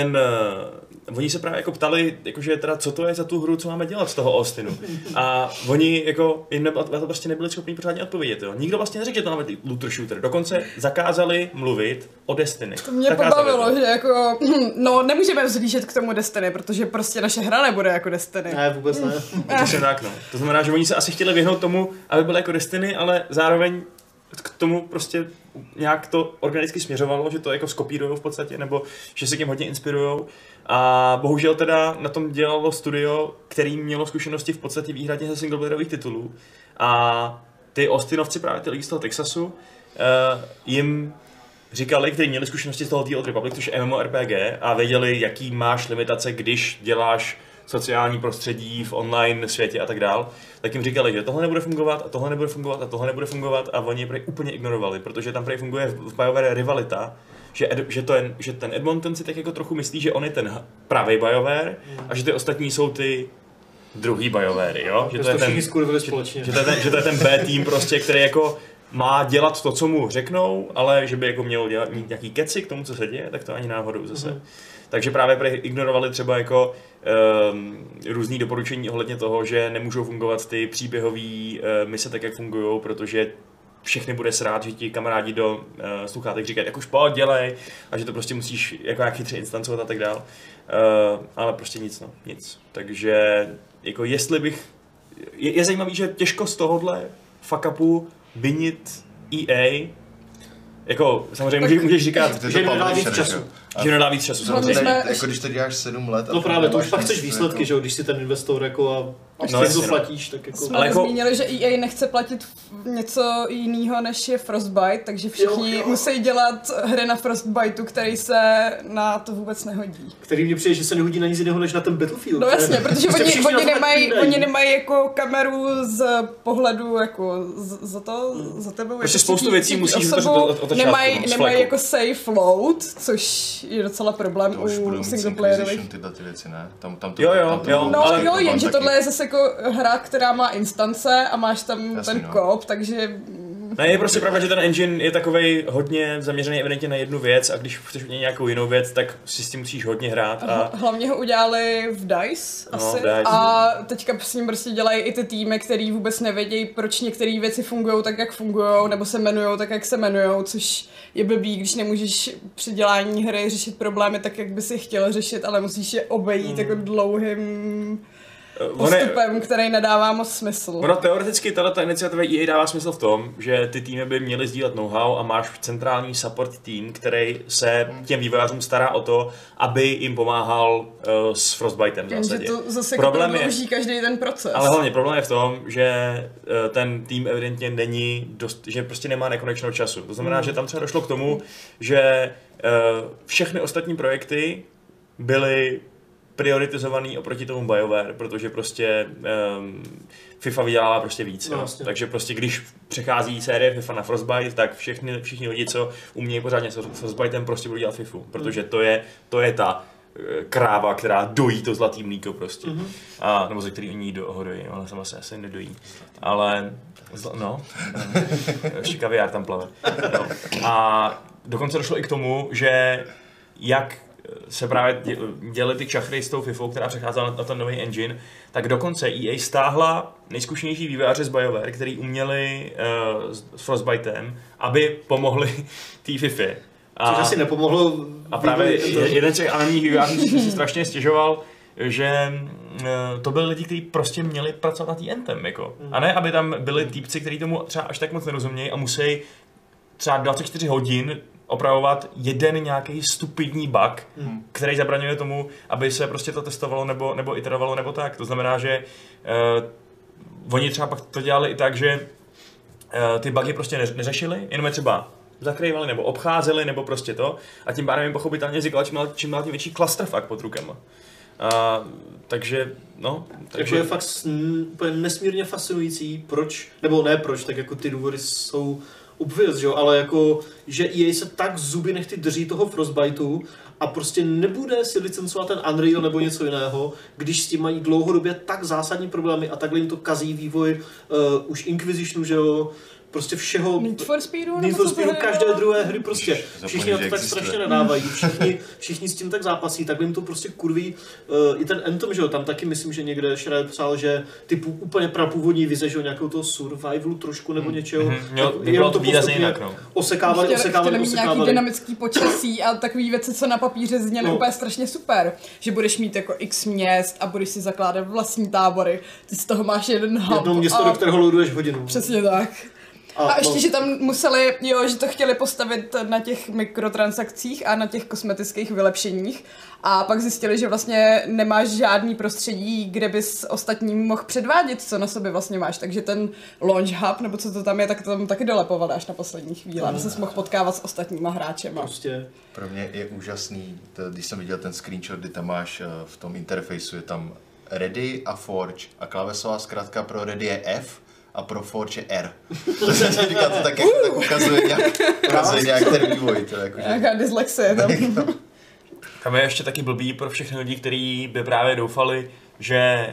oni se právě jako ptali, jakože teda co to je za tu hru, co máme dělat z toho Austinu. A oni jako jim to prostě nebyli schopni pořádně odpovědět. Jo. Nikdo vlastně neřekl, že to máme looter shooter. Dokonce zakázali mluvit o Destiny. To mě pobavilo, že jako, no nemůžeme vzhlížet k tomu Destiny, protože prostě naše hra nebude jako Destiny. Ne, vůbec ne. Přesně tak, no. To znamená, že oni se asi chtěli vyhnout tomu, aby byly jako Destiny, ale zároveň k tomu prostě nějak to organicky směřovalo, že to jako skopírujou v podstatě, nebo že se tím hodně inspirujou. A bohužel teda na tom dělalo studio, který mělo zkušenosti v podstatě výhradně ze singleplayerových titulů. A ty Austinovci, právě ty lidi z toho Texasu, jim říkali, kteří měli zkušenosti z toho The Old Republic, což je MMORPG, a věděli, jaký máš limitace, když děláš sociální prostředí v online světě a tak dál, tak jim říkali, že tohle nebude fungovat a tohle nebude fungovat a tohle nebude fungovat a oni je prej úplně ignorovali, protože tam prej funguje v BioWare rivalita, že ten Edmonton si tak jako trochu myslí, že on je ten pravý BioWare a že ty ostatní jsou ty druhý BioWare, jo? Že to je ten B tým prostě, který jako má dělat to, co mu řeknou, ale že by jako mělo mít nějaký keci k tomu, co se děje, tak to ani náhodou zase. Takže právě ignorovali třeba jako různý doporučení ohledně toho, že nemůžou fungovat ty příběhové mise tak, jak fungují, protože všechny bude srát, že ti kamarádi do sluchátek říkají, jak už pojď, dělej, a že to prostě musíš jako nějak chytře instancovat a tak dál. Ale prostě nic. Takže jako jestli bych... Je zajímavý, že těžko z tohohle fuck-upu vinit EA, jako samozřejmě můžeš říkat, že nedá víc času. Že nedá víc času, samozřejmě. Jako když to děláš 7 let. No právě, to už pak chceš výsledky, že jo, když si ten investor jako a až to platíš, tak jako... Jsme jako... zmínili, že EA nechce platit něco jiného, než je Frostbite, takže všichni musí dělat hry na Frostbiteu, který se na to vůbec nehodí. Který mně přijde, že se nehodí na nic jiného, než na ten Battlefield. No jasně, protože oni nemají jako kameru z pohledu jako za tebou. Prostě jako spoustu věcí musíš otočit. Nemají jako safe load, což je docela problém u singleplayerových. Tyhle ty věci, ne? Jo, jenže tohle je zase jako hra, která má instance a máš tam ten koop, takže... Ne, je prostě pravda, že ten engine je takovej hodně zaměřený evidentně na jednu věc a když chceš udělat nějakou jinou věc, tak si s tím musíš hodně hrát. A... Hlavně ho udělali v DICE asi a teďka s ním prostě dělají i ty týmy, který vůbec nevědějí, proč některé věci fungují tak, jak fungují, nebo se jmenujou tak, jak se jmenujou, což je blbý, když nemůžeš při dělání hry řešit problémy tak, jak by si chtěl řešit, ale musíš je obejít jako dlouhým postupem, který nedává moc smysl. Ono teoreticky tato iniciativa EA dává smysl v tom, že ty týmy by měly sdílet know-how a máš centrální support tým, který se těm vývojářům stará o to, aby jim pomáhal s Frostbitem v zásadě. Že to zase prodlouží každý ten proces. Ale hlavně problém je v tom, že ten tým evidentně není dost, že prostě nemá nekonečnou času. To znamená, že tam třeba došlo k tomu, že všechny ostatní projekty byly prioritizovaný oproti tomu BioWare, protože prostě FIFA vydělává prostě víc. No, takže prostě když přechází série FIFA na Frostbite, tak všichni lidi, co umějí pořádně s Frostbitem, prostě budou dělat FIFU, protože to je ta kráva, která dojí to zlatý mlíko prostě. Nebo ze který oni ho dojí, ale sama se asi nedojí. Ale ještě kaviár tam plave. No. A dokonce došlo i k tomu, že jak se právě dělali ty čachry s tou FIFou, která přecházela na ten nový engine, tak dokonce EA stáhla nejzkušenější vývojáře z BioWare, který uměli s Frostbitem, aby pomohli té FIFě. Což asi nepomohlo. A právě jeden z těch anonymních vývojářů si strašně stěžoval, že to byli lidi, kteří prostě měli pracovat na té Anthem, jako. A ne, aby tam byli týpci, kteří tomu třeba až tak moc nerozumějí a musí třeba 24 hodin opravovat jeden nějaký stupidní bug, který zabraňuje tomu, aby se prostě to testovalo nebo iterovalo nebo tak. To znamená, že oni třeba pak to dělali i tak, že ty bugy prostě neřešili, jenom je třeba zakrývali nebo obcházeli nebo prostě to a tím pádem jim pochopitelně vznikal čím dál tím větší clusterfuck pod rukama. Takže je fakt úplně nesmírně fascinující, tak jako ty důvody jsou obvious, že jo, ale jako, že EA se tak zuby nechty drží toho Frostbiteu a prostě nebude si licencovat ten Unreal nebo něco jiného, když s tím mají dlouhodobě tak zásadní problémy a takhle jim to kazí vývoj už Inquisitionu, že jo, prostě všeho. Need for Speedu, každé druhé hry prostě. Všichni na to tak strašně nadávají, všichni s tím tak zápasí, takhle jim to prostě kurví. I ten Anthem, že jo, tam taky myslím, že někde Schreier psal, že typu úplně prapůvodní vize, že jo, nějakého toho survivalu trošku nebo něčeho. Bylo to výrazně jinak, osekávali. Mít nějaký dynamický počasí a takový věci, co na papíře zněly úplně strašně super. Že budeš mít jako x měst a budeš si zakládat vlastní tábory. Ty z toho máš jeden hub. Jedno město, do kterého loaduješ hodinu. Přesně tak. A ještě, že tam museli, že to chtěli postavit na těch mikrotransakcích a na těch kosmetických vylepšeních a pak zjistili, že vlastně nemáš žádný prostředí, kde bys ostatním mohl předvádět, co na sobě vlastně máš, takže ten launch hub, nebo co to tam je, tak to tam taky dolepovali až na poslední chvíli, aby ses mohl potkávat s ostatníma hráčema. Prostě. Pro mě je úžasný, když jsem viděl ten screenshot, kdy tam máš v tom interfejsu, je tam Ready a Forge a klávesová zkratka pro Ready je F a pro Forge je R. To jsem si říkal, to tak ukazuje nějak ten vývoj. Nějaká dyslexie tam. Tam je ještě taky blbý pro všechny lidi, kteří by právě doufali, že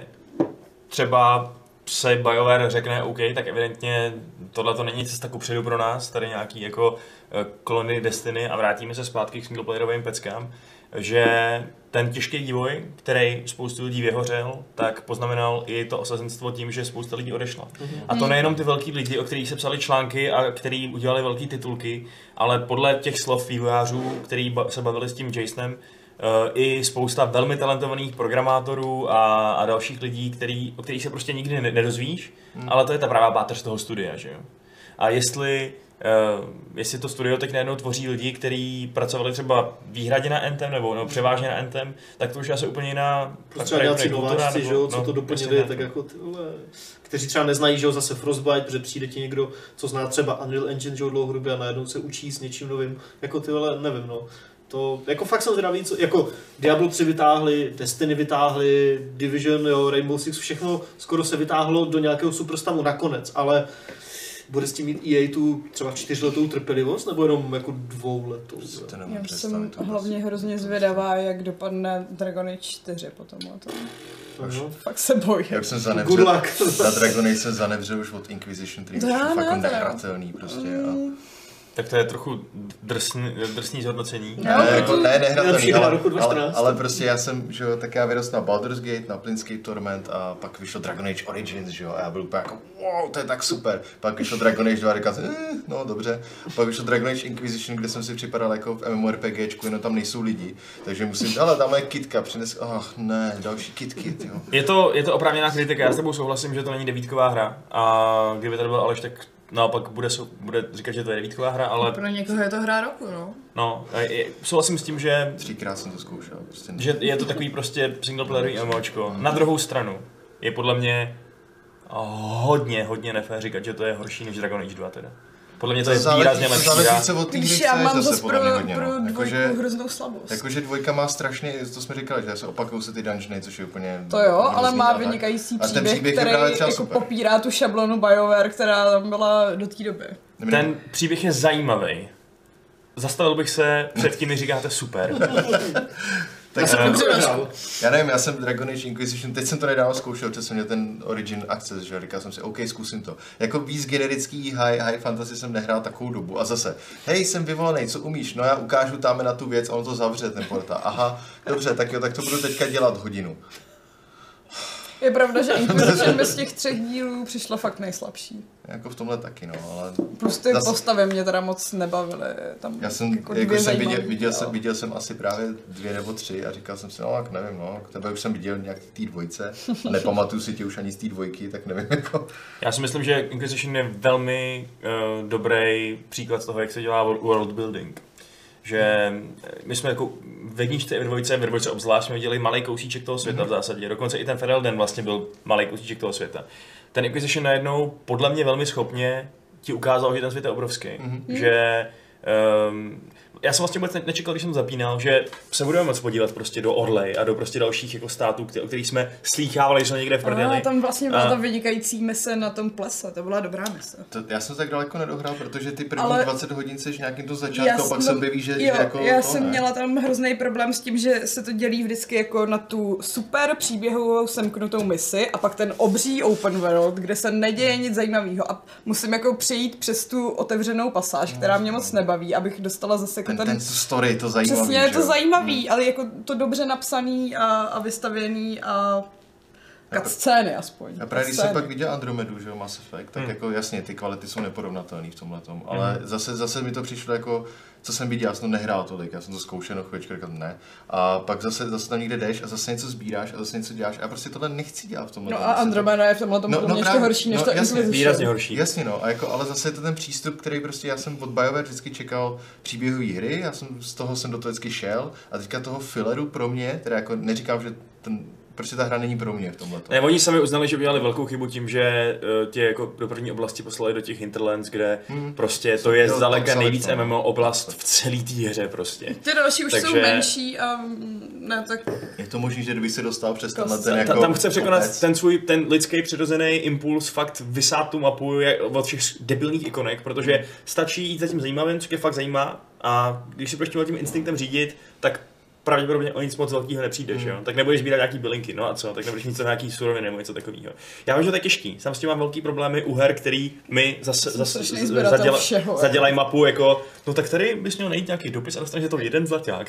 třeba se BioWare řekne OK, tak evidentně tohle to není cesta kupředu pro nás, tady nějaký jako kolony Destiny a vrátíme se zpátky k singleplayerovým peckám, že ten těžký vývoj, který spoustu lidí vyhořel, tak poznamenal i to osazenstvo tím, že spousta lidí odešla. A to nejenom ty velký lidi, o kterých se psali články a kteří udělali velký titulky, ale podle těch slov vývojářů, kteří se bavili s tím Jasonem, i spousta velmi talentovaných programátorů a dalších lidí, o kterých se prostě nikdy nedozvíš, ale to je ta pravá páteř toho studia, že jo. A jestli to studio teď najednou tvoří lidi, kteří pracovali třeba výhradně na Anthem nebo převážně na Anthem, tak to už je asi úplně jiná nováčci, že jo, co to doplnili, tak jako tyhle, kteří třeba neznají, že jo, zase Frostbite, protože přijde ti někdo, co zná třeba Unreal Engine, že jo, dlouhodobě a najednou se učí s něčím novým, jako tyhle, nevím, no. To, jako fakt jsem zvědavý, co, jako Diablo 3 vytáhli, Destiny vytáhli, Division, jo, Rainbow Six, všechno skoro se vytáhlo do nějakého superstavu nakonec, ale bude s tím mít EA tu třeba 4letou trpělivost, nebo jenom jako 2letou? Já jsem hlavně hrozně zvědavá, jak dopadne Dragon Age 4 potom. Fakt se bojím. Jak jsem zanevřel, na Dragon Age jsem zanevřel už od Inquisition 3, což je fakt nehratelný prostě. Tak to je trochu drsný zhodnocení. Nehratelný, ale prostě já jsem, že jo, tak já vyrostl na Baldur's Gate, na Planescape Torment a pak vyšlo Dragon Age Origins, že jo, a já byl úplně jako wow, to je tak super. Pak vyšlo Dragon Age 2 a říkal jsem, no dobře. Pak vyšlo Dragon Age Inquisition, kde jsem si připadal jako v MMORPGčku, jenom tam nejsou lidi, takže musím, ale tam je kitka, přines, ne, další kitky, jo. Je to oprávněná kritika, já s tebou souhlasím, že to není devítková hra a kdyby tady byl Aleš, tak naopak bude říkat, že to je devítková hra, ale... Pro někoho je to hra roku, no. No, souhlasím s tím, že... 3krát jsem to zkoušel. Prostě že je to takový prostě singleplayerový MMOčko. Na druhou stranu je podle mě hodně nefér říkat, že to je horší než Dragon Age 2 teda. Podle mě to je výrazně lepší hra. Když já mám zase pro dvojku hroznou slabost. Jakože dvojka má strašně, to jsme říkali, že se opakují se ty dungeony, což je úplně... To jo, ale má vynikající příběh, který jako popírá tu šablonu BioWare, která tam byla do té doby. Ten příběh je zajímavý. Zastavil bych se před tím, říkáte super. Tak já nevím, já jsem Dragon Age Inquisition, teď jsem to nedávno zkoušel, protože jsem měl ten Origin Access, že říkal jsem si, OK, zkusím to. Jako víc generický high fantasy jsem nehrál takovou dobu a zase, hej, jsem vyvolený, co umíš? No já ukážu tam na tu věc a on to zavře, ten portál. Aha, dobře, tak jo, tak to budu teďka dělat hodinu. Je pravda, že Inquisition z těch 3 dílů přišla fakt nejslabší. Jako v tomhle taky, no, ale... Plus ty postavy mě teda moc nebavily. Tam já jsem, jako jsem viděl jsem asi právě 2 nebo 3 a říkal jsem si, no, tak nevím, no, tebe už jsem viděl nějak v té dvojce a nepamatuju si tě už ani z té dvojky, tak nevím, jako... Já si myslím, že Inquisition je velmi dobrý příklad toho, jak se dělá world building. Že my jsme jako v jedničce, ve dvojce obzvlášť jsme viděli malý kousíček toho světa v zásadě. Dokonce i ten Feral Den vlastně byl malý kousíček toho světa. Ten Inquisition najednou podle mě velmi schopně ti ukázal, že ten svět je obrovský. Že já jsem vlastně vůbec nečekal, když jsem zapínal, že se budeme moct podívat prostě do Orlej a do prostě dalších jako států, o kterých jsme slýchávali, že jsou někde v prdeli. Tam vlastně byla ta vynikající mise na tom plese, to byla dobrá mise. Já jsem tak daleko nedohrál, protože ty první 20 hodin seš nějakým to začátku a pak se objeví, že jako... Já jsem měla tam hrozný problém s tím, že se to dělí vždycky jako na tu super příběhovou semknutou misi a pak ten obří open world, kde se neděje nic zajímavého a musím jako přejít přes tu otevřenou pasáž, která mě moc nebaví, abych dostala zase ten story, to zajímavý. Přesně, je to zajímavý, ale jako to dobře napsaný a vystavěný a cutscény aspoň. A právě když jsem pak viděl Andromedu, že jo, Mass Effect, tak jako jasně, ty kvality jsou neporovnatelné v tomhletom, ale zase mi to přišlo jako, co jsem viděl, já jsem to nehrál tolik, já jsem to zkoušel chvíličku, ne. A pak zase tam někde jdeš a zase něco sbíráš a zase něco děláš a já prostě tohle nechci dělat v tomhle. No a Andromeda je v tomhle tomu ještě horší než to Inquisition. Výrazně horší. Jasně no, a jako, ale zase je to ten přístup, který prostě já jsem od BioWare vždycky čekal příběhové hry, z toho jsem do toho vždycky šel a teďka toho filleru pro mě, teda jako neříkám, že prostě ta hra není pro mě v tomhle. Ne, oni sami uznali, že udělali velkou chybu tím, že tě jako do první oblasti poslali do těch Hinterlands, kde prostě to je zdaleka nejvíc MMO oblast v celé té hře prostě. Ty další už jsou menší a ne tak... Je to možný, že kdyby se dostal přes ten jako... Tam chce překonat ten lidský přirozený impuls fakt vysát tu mapu od všech debilních ikonek, protože stačí jít za tím zajímavým, co tě fakt zajímá a když si prostě tím instinktem řídit, tak pravděpodobně o nic moc velkého nepřijdeš, jo? Tak nebudeš sbírat nějaký bylinky, no a co, tak nebudeš mít nějaký suroviny nebo něco takového. Já vím, že to je těžký, sám s tím mám velký problémy u her, který mi zadělají mapu jako, no tak tady bys měl najít nějaký dopis a dostaneš to jeden zlaťák.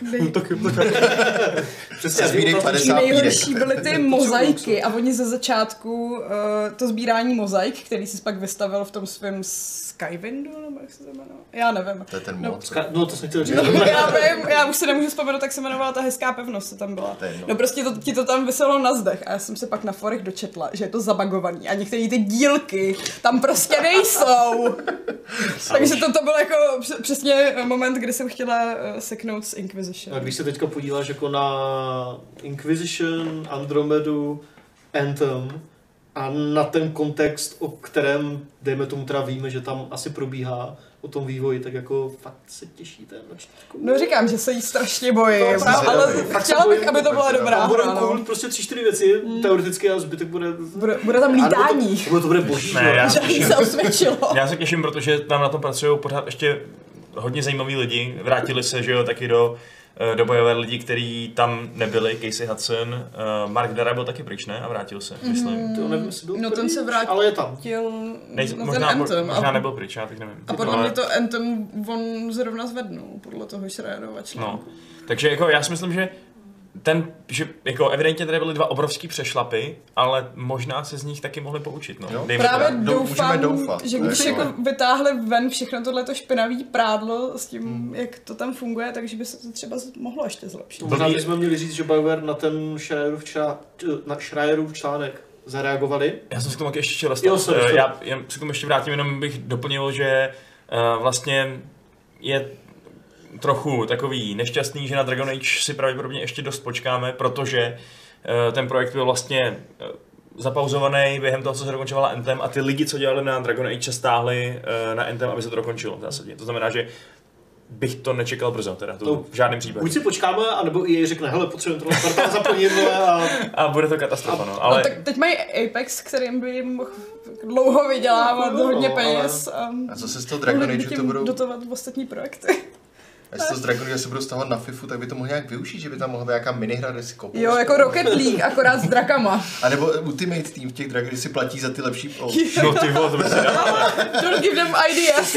Přesně sbírej 50 nejhorší byly ty mozaiky a oni ze začátku to sbírání mozaik, který si pak vystavil v tom svém Skywindu, nebo jak se to jmenuje? Já nevím. To je ten mod. No to jsem chtěl říct. Já už se nemůžu vzpomenout, tak se jmenovala ta hezká pevnost, co tam byla. No prostě ti to tam vyselo na zdech a já jsem se pak na forech dočetla, že je to zabagovaný a některé ty dílky tam prostě nejsou. Takže to bylo jako přesně moment, kdy jsem chtěla seknout z Inquisition. A když se teďka podíváš jako na Inquisition, Andromedu, Anthem a na ten kontext, o kterém, dejme tomu teda víme, že tam asi probíhá o tom vývoji, tak jako fakt se těšíte na čtyřku. No říkám, že se jí strašně bojím, ale chtěla bych, aby to byla dobrá hra. Budou koupit prostě 3-4 věci, teoreticky a zbytek bude tam lítání. To bude boží. Ne, se osvědčilo. Já se těším, protože tam na tom pracují pořád ještě hodně zajímaví lidi. Vrátili se, že jo, taky do BioWare lidi, kteří tam nebyli, Casey Hudson, Mark Dara byl taky pryč, ne? A vrátil se, myslím. To nevím, jestli byl no ten se vrátil, ale je tam. Možná nebyl pryč, já teď nevím. A podle mě to Anthem on zrovna zvednul, podle toho Schreierova článku. No. Takže jako já si myslím, že že jako evidentně tady byly 2 obrovský přešlapy, ale možná se z nich taky mohli poučit, no. Právě doufám, že když jako vytáhli ven všechno tohleto špinavý prádlo s tím, jak to tam funguje, takže by se to třeba mohlo ještě zlepšit. Možná bychom měli říct, že BioWare na ten Schreierův článek zareagovali. Já jsem se k tomu ještě chtěl dostat. Já se k tomu ještě vrátím, jenom bych doplnil, že vlastně je trochu takový nešťastný, že na Dragon Age si pravděpodobně ještě dost počkáme, protože ten projekt byl vlastně zapauzovaný během toho, co se dokončovala Anthem a ty lidi, co dělali na Dragon Age, stáhli na Anthem, aby se to dokončilo v zásadě. To znamená, že bych to nečekal brzo, teda to v žádném případě. Buď si počkáme, anebo EA řekne, hele, potřebujeme tohle Spartan zaplnit a bude to katastrofa, no. Ale tak teď mají Apex, kterým by jim mohl dlouho vydělávat hodně peněz. A zase z toho Dragon Age to budou dotovat v ostatní projekty. A jestli to z Dragon Age se budou stahovat na FIFU, tak by to mohl nějak využít, že by tam mohla být nějaká minihra, kde si kopou. Jo, jako Rocket League, akorát s drakama. A nebo Ultimate Team v těch Dragon, kde si platí za ty lepší No ty vole, to by se dalo. Don't give them ideas.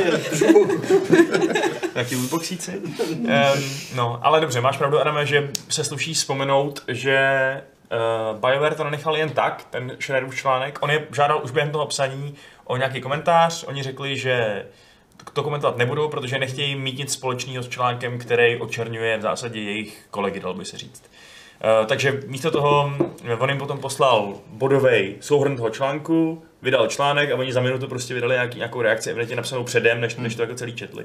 Taky lootboxíci. No, ale dobře, máš pravdu, Adame, že se sluší vzpomenout, že BioWare to nenechal jen tak, ten Schreierův článek. On je žádal už během toho psaní o nějaký komentář. Oni řekli, že to komentovat nebudou, protože nechtějí mít nic společného s článkem, který očerňuje v zásadě jejich kolegy, dal by se říct. Takže místo toho on jim potom poslal bodový souhrn toho článku, vydal článek a oni za minutu prostě vydali nějakou reakci, evidentně napsanou předem, než to jako celý četli.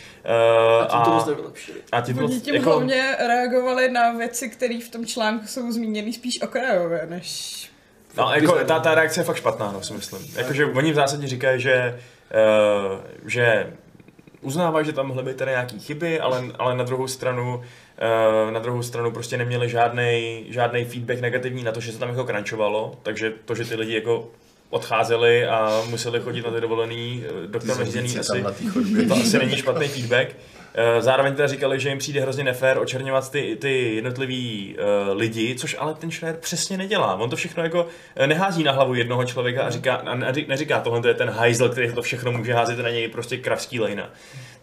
A tím hlavně reagovali na věci, které v tom článku jsou zmíněny spíš okrajově, než... No, jako ta reakce je fakt špatná, no, si myslím. Jakože oni v zásadě říkají, že uznávají, že tam mohly být tady nějaký chyby, ale na druhou stranu prostě neměli žádný feedback negativní na to, že se tam jako crunchovalo, takže to, že ty lidi jako odcházeli a museli chodit na ty dovolený doktor nařízený, to asi není špatný feedback. Zároveň teda říkali, že jim přijde hrozně nefér očerňovat ty jednotlivý lidi, což ale ten Schreier přesně nedělá. On to všechno jako nehází na hlavu jednoho člověka a neříká tohle je ten hajzl, který to všechno může házet na něj prostě kravský lejna.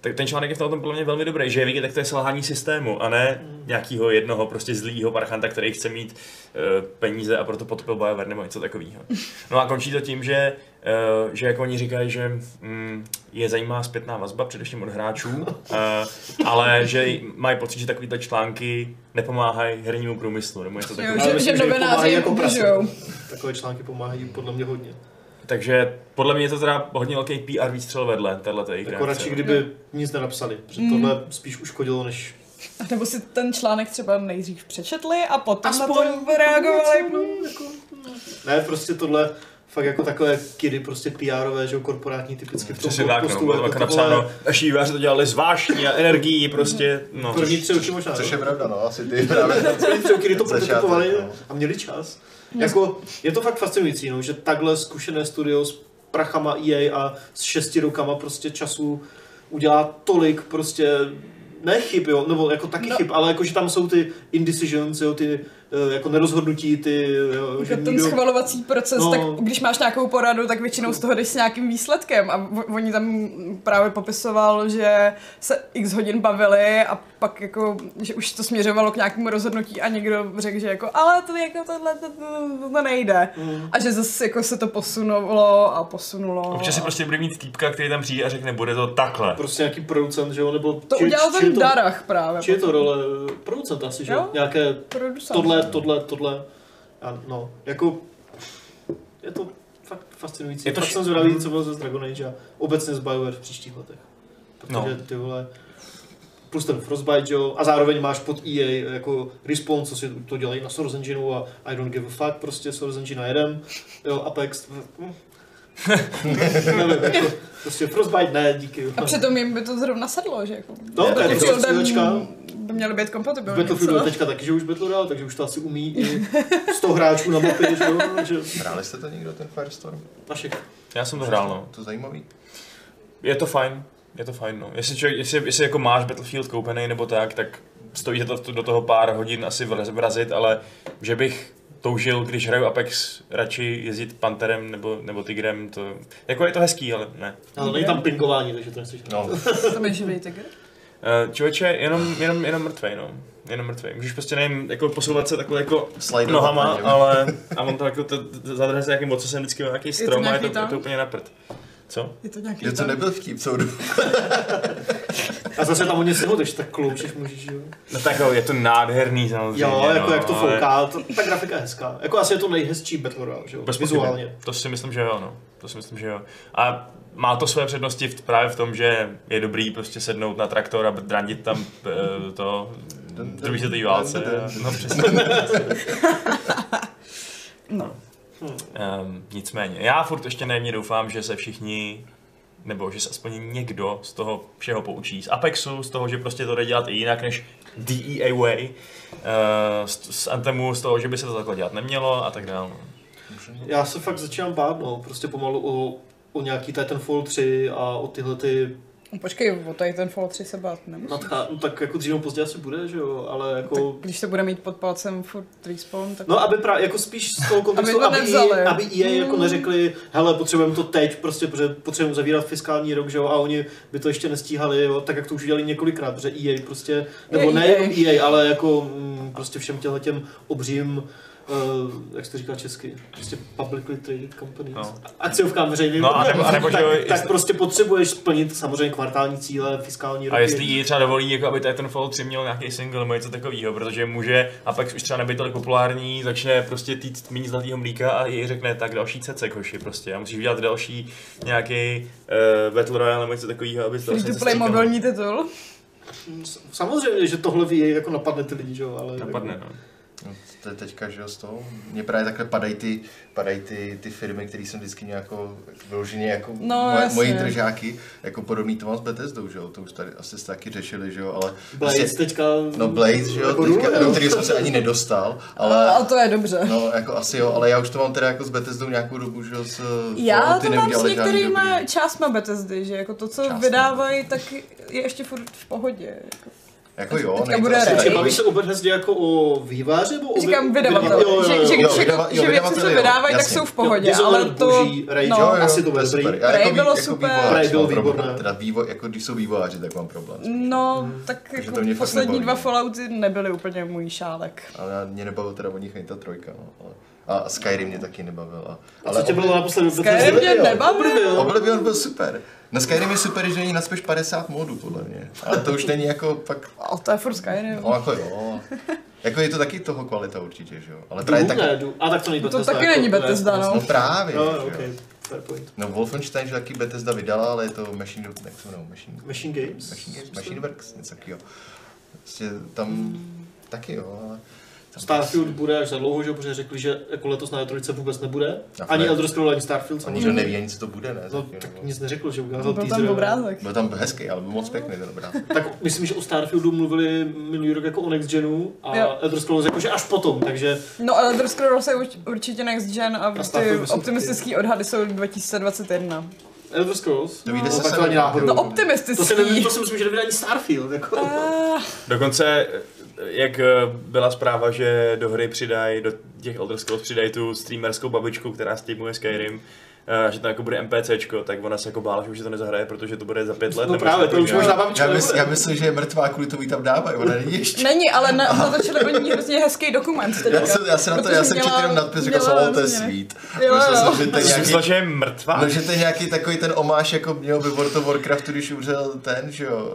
tak ten článek je v tom podle mě velmi dobrý, že je vidět, tak to je selhání systému a ne nějakého jednoho prostě zlýho parchanta, který chce mít peníze a proto potopil BioWare nebo něco takového. No a končí to tím, že jako oni říkají, že je zajímavá zpětná vazba, především od hráčů, ale že mají pocit, že takovýhle články nepomáhají hernímu průmyslu nebo něco takového. Že novináři jako požijou. Takové články pomáhají podle mě hodně. Takže podle mě je to teda hodně velký PR výstřel vedle téhleté hry. Jako radši, kdyby nic nenapsali, protože tohle spíš uškodilo, než... A nebo si ten článek třeba nejdřív přečetli a potom na to reagovali. Ne, prostě tohle fakt jako takové kidy, prostě PR-ové, že jo, korporátní typicky v tom přesně tak, postu. No, tak napsáno, naši vývojáři to dělali s vášní a energií, prostě, no. První 3 roky možná. Což je pravda, no, asi ty právě. První 3 roky, kdy to prototypovali a měli čas. Jako, je to fakt fascinující, no, že takhle zkušené studio s prachama EA a s 6 rokama prostě času udělá tolik prostě, ne chyb, jo, nebo jako taky chyb, ale jako, že tam jsou ty indecisions, jo, ty jako nerozhodnutí, ty... Jo, že ten schvalovací proces, no. Tak když máš nějakou poradu, tak většinou z toho jdeš s nějakým výsledkem a oni tam právě popisoval, že se x hodin bavili a pak jako, že už to směřovalo k nějakému rozhodnutí a někdo řekl, že jako, ale to jako tohle nejde. A že zase jako se to posunulo. Občas si prostě bude mít týpka, který tam přijde a řekne, bude to takhle. Prostě nějaký producent, že jo, nebo... To udělal ten Darach právě. Či je to role producenta asi, že jo? Nějaké tohle. A no, jako... Je to fakt fascinující. Fakt jsem zvědavý, co bylo ze Dragon Age a obecně z BioWare v příštích letech. Protože ty vole... Plus ten Frostbite, jo, a zároveň máš pod EA jako Respawn, co si to dělají na Source Engineu a I don't give a fuck, prostě Source Engine jedem, jo, Apex, nevím, jako, prostě Frostbite ne, díky. A přitom jim by to zrovna sedlo, že jako... No, to je to by měly být kompatibilní. Battlefieldu je teďka taky, že už Battle Royale, takže už to asi umí i 100 hráčů na mapě, že jo. Hráli jste to někdo, ten Firestorm? Našich. Já jsem to hrál, no. To zajímavý. Je to fajn, no. Jestli jako máš Battlefield koupený nebo tak stojí to do toho pár hodin asi vrazit, ale že bych toužil, když hraju Apex, radši jezdit Pantherem nebo Tigrem, to... Jako je to hezký, ale ne. Ale není tam pingování, takže to nechceš. No. Tam je živý Tigr? Člověče, jenom mrtvej, no. Jenom mrtvej. Můžeš prostě nevím, jako posouvat se takhle jako nohama, ale a on to jako zadrhne se nějakým ocasem vždycky nějaký strom a je to úplně na prd. Co? Je to nějaký to nebyl vtip, co jdu. A zase tam o něco hodeš, tak kloučeš můžeš, jo. No tak jo, je to nádherný samozřejmě. Jo, jako no, jak to fouká, ta grafika je hezká. Jako asi je to nejhezčí Battle Royale, že jo, vizuálně. To si myslím, že jo, no. A má to své přednosti právě v tom, že je dobrý prostě sednout na traktor a drandit tam to druhý světové válce. No přesně. No. Nicméně, já furt ještě nejmě doufám, že se všichni, nebo že se aspoň někdo z toho všeho poučí. Z Apexu, z toho, že prostě to jde dělat i jinak než DEA way, z Anthemu, z toho, že by se to takhle dělat nemělo a tak dále. Já se fakt začínám bát, no, prostě pomalu o nějaký Titanfall 3 a o tyhle ty... Počkej, o Titanfall 3 se bát nemusíš. No tak jako dřív později asi bude, že jo, ale jako... Tak když to bude mít pod palcem furt Respawn, tak... No aby právě, jako spíš z toho kontextu, aby EA jako neřekli, hele, potřebujeme to teď, prostě, protože potřebujeme zavírat fiskální rok, že jo, a oni by to ještě nestíhali, jo, tak jak to už udělali několikrát, protože EA prostě, nebo ne EA, ale jako prostě všem těm obřím, jak se to říká česky, prostě publicly traded companies, no. Akciovkám veřejným, no, tak prostě potřebuješ splnit samozřejmě kvartální cíle, fiskální roky. A jestli jí třeba dovolí, jako aby Titanfall 3 měl nějaký single nebo něco takového, protože může Apex už třeba nebyt tolik populární, začne prostě týct méně zlatýho mlíka a jí řekne tak další CC koši prostě a musíš udělat další nějaký Battle Royale nebo něco takového, aby to free to play mobilní titul. Samozřejmě, že tohle ví, jako napadne ty lidi, že jo, ale... Napadne, no. No, to je teďka, že jo, z toho. Mně právě takhle padají ty firmy, které jsem vždycky nějako vyloženě jako moji držáky, jako podobný to mám s Bethesdou, že jo, to už tady asi jste taky řešili, že jo, ale... Blades prostě, teďka... No Blades, že jo, teďka, do kterého jsem se ani nedostal, ale... A to je dobře. No, jako asi jo, ale já už to mám teda jako s Bethesdou nějakou dobu, že jo, já to mám s některýma částma Bethesdy, že jako to, co vydávají, tak je ještě furt v pohodě, jako. Jako jo, bavíš se o Bethesdě jako o výváři nebo o říkám vydavatel, že věci, co vydávají, tak jsou v pohodě, ale to... asi to bude super. Prey bylo super. Prey bylo výborné. Teda jako když jsou vývojáři, tak mám problém. No, tak jako poslední 2 Fallouty nebyly úplně můj šálek. Ale mě nebavil teda o nich ani ta 3, no. A Skyrim mě taky nebavil. Ale co tě bylo naposledy? Skyrim mě nebavil. Oblivion byl super. Na Skyrim je super, že není naspěš 50 modů, podle mě. Ale to už není jako fakt... Ale to je furt Skyrim. No jako jo. Jako je to taky toho kvalita určitě, že jo. Ale právě tak... A tak to není Bethesda. To taky není Bethesda, no. No právě. No, okay. Fair point. No Wolfenstein, že taky Bethesda vydala, ale je to Machine Works, něco takového. Prostě tam taky jo, ale... Starfield bude až za dlouho, že protože řekli, že jako letos na E3 vůbec nebude. Ani Elder Scrolls, ani Starfield. Ani že neví ani, co to bude, ne? No, tak nic neřekl, že ukázal teaser. Byl tam obrázek. Byl tam hezký, ale byl moc pěkný ten obrázek. Tak myslím, že o Starfieldu mluvili minulý rok jako o Next Genu a Elder Scrolls jakože až potom, takže... No Elder Scrolls je určitě Next Gen a ty optimistický odhady jsou 2021. Elder Scrolls? To vyjde se tak to ani náhodou. No optimistický. To si myslím, že nevyjde ani Starfield. Jako. Dokonce, jak byla zpráva, že do hry přidají, do těch Elder Scrolls přidají tu streamerskou babičku, která streamuje Skyrim, že to jako bude NPCčko, tak ona se jako bála, že už to nezahraje, protože to bude za 5 let. No právě, to už možná babička já myslím, že je mrtvá, kvůli tomu ji tam dávají, ona není ještě. Není, ale natočili oni hrozně hezký dokument teďka. Já jsem četl jenom nadpis, říkal, to je sweet. Myslel, že je mrtvá? No, že to je nějaký takový ten omáš, jako měl by World of Warcraftu, když umřel ten, že jo.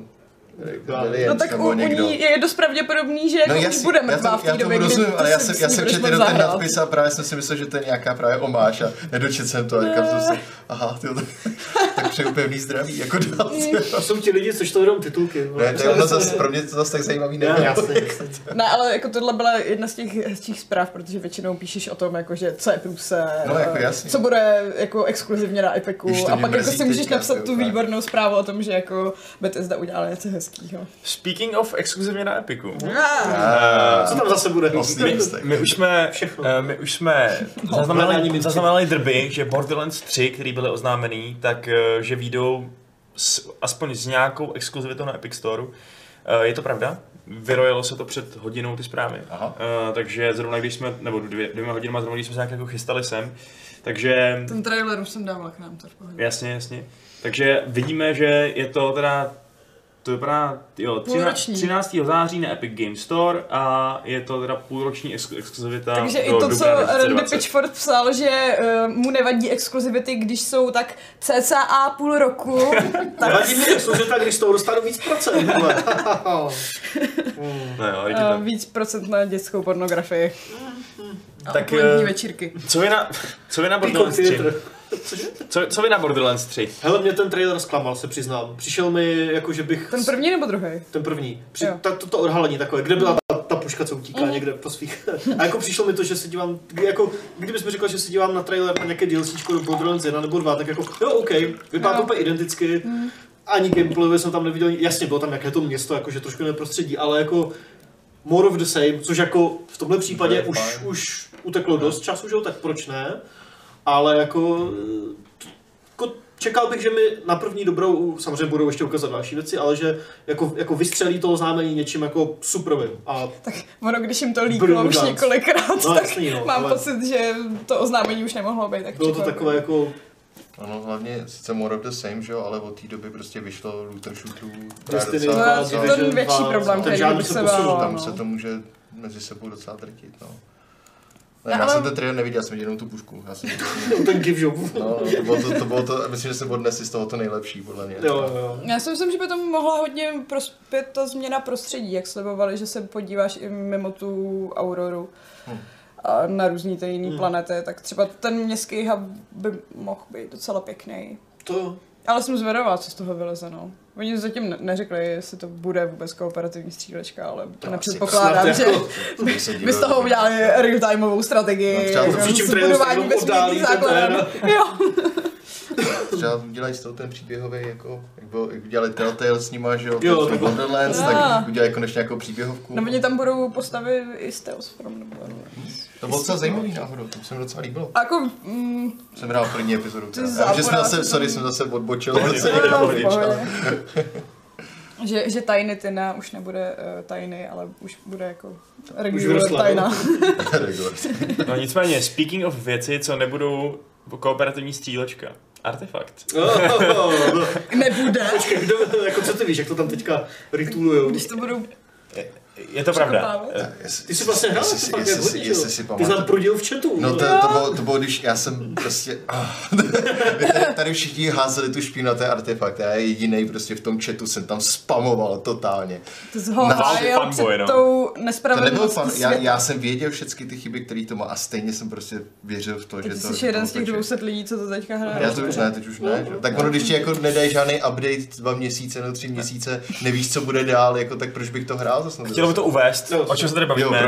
No tak u ní je dost pravděpodobný, že jako už bude mrtvá v té době, kdy rozumím, ale já jsem četl jenom ten nadpis a právě jsem si myslel, že to je nějaká právě omáš a nedočetl jsem to a říkám jsem si, aha, tyjo, tak přeju pevný zdraví, jako dál. To jsou ti lidi, což to jenom titulky. Ne, to je ono zase, pro mě to zase tak zajímavý nebylo. Ne, ale jako tohle byla jedna z těch hezčích zpráv, protože většinou píšeš o tom, jako, že co je průse, co bude jako exkluzivně na Epiku a pak jako si můžeš napsat tu výbornou zprávu o tom, že jako Bethesda udělala něco hezkýho. Speaking of exkluzivně na Epiku. Co tam zase bude? My už jsme zaznamenali drby, že Borderlands 3, který byly oznámený, tak že vyjdou aspoň s nějakou exkluzivitou na Epic Store. Je to pravda? Vyrojilo se to před hodinou ty zprávy. Takže zrovna když jsme, nebo 2 hodinama zrovna když jsme se nějak jako chystali sem, takže... Ten trailer už jsem dával k nám, to v pohodě. Jasně. Takže vidíme, že je to teda to vypadá 13. září na Epic Games Store a je to teda půlroční exkluzivita. Takže i to, co Randy Pitchford psal, že mu nevadí exkluzivity, když jsou tak cca půl roku. Nevadí mi exkluzivita, když z toho dostanu víc procent. Víc procent na dětskou pornografii. A opulentní večírky. Co vy na Borderlands 3? Co vy na Borderlands 3? Hele, mě ten trailer zklamal, se přiznám. Přišel mi jako, že bych... Ten první nebo druhý? Ten první. To odhalení takové, kde byla ta puška, co utíká někde po svých... A jako přišlo mi to, že se dívám, jako kdybys mi řekl, že se dívám na trailer na nějaké DLCčko do Borderlands 1 nebo 2, tak jako jo, OK, vypadá to úplně identicky. Ani gameplayově jsem tam neviděl, jasně bylo tam nějaké to město, jakože trošku neprostředí, ale jako more of the same, což jako v tomhle případě už uteklo dost času, že jo, tak proč ne? Ale jako čekal bych, že mi na první dobrou, samozřejmě budou ještě ukázat další věci, ale že jako vystřelí to oznámení něčím jako superovým. Tak ono, když jim to líklo už několikrát, tak mám pocit, že to oznámení už nemohlo být tak bylo to takové jako... Ano, hlavně sice more of the same, že jo, ale od té doby prostě vyšlo looter shootů. To je větší problém, který bych se bál. Tam se to může mezi sebou docela drtit, no. Já jsem ten trailer neviděl, já jsem viděl jenom tu pušku. Ten givejob. No, to bylo to, myslím, že se odnesli z toho to nejlepší, podle mě. Jo. Já si myslím, že by to mohla hodně prospět ta změna prostředí, jak slibovali, že se podíváš i mimo tu Auroru a na různý ty jiný planety, tak třeba ten městský hub by mohl být docela pěkný. To. Ale jsem zvědavá, co z toho vyleze, no. Oni zatím neřekli, jestli to bude vůbec kooperativní střílečka, ale nepředpokládám, že by z toho udělali real-timeovou strategii. S budováním vesmírných základen. Jo. Třeba udělají z toho ten příběhový, jako, jak udělali Telltale s nima, že jo, Borderlands, tak udělají konečně nějakou příběhovku. No oni tam budou postavit i Tales from the Borderlands. To bylo docela zajímavý náhodou, to se mi docela líbilo. Jako, jsem hrál první epizodu. Já že jsme zase odbočil. Že Tiny Tina už nebude Tiny, ale už bude jako regular Tina. No nicméně, speaking of věci, co nebudou kooperativní střílečka. Artefakt. Nebude. Počkej, jako co ty víš, jak to tam teďka rituulujou? Když to budou... Je to pravda. Ty jsi vlastně hrál Artefakt jak hodně, jo? Ty jsi tam prodil v chatu. No to bylo, když já jsem prostě... tady všichni házeli tu špínu na ten Artefakt. Já jedinej prostě v tom chatu jsem tam spamoval totálně. To jsi ho hájil před tou nespravedlností světa. Já jsem věděl všechny ty chyby, které to má a stejně jsem prostě věřil v to, že to... Ty jsi jeden z těch 200 lidí, co to teďka hraje. Já to už ne, teď už ne. Tak ono, když ti jako nedají žádný update 2 měsíce nebo 3 měsíce, nevíš, co bude dál, jako, tak proč bych to hrál zase? Chtělo by to uvést, o čem se tady bavíme.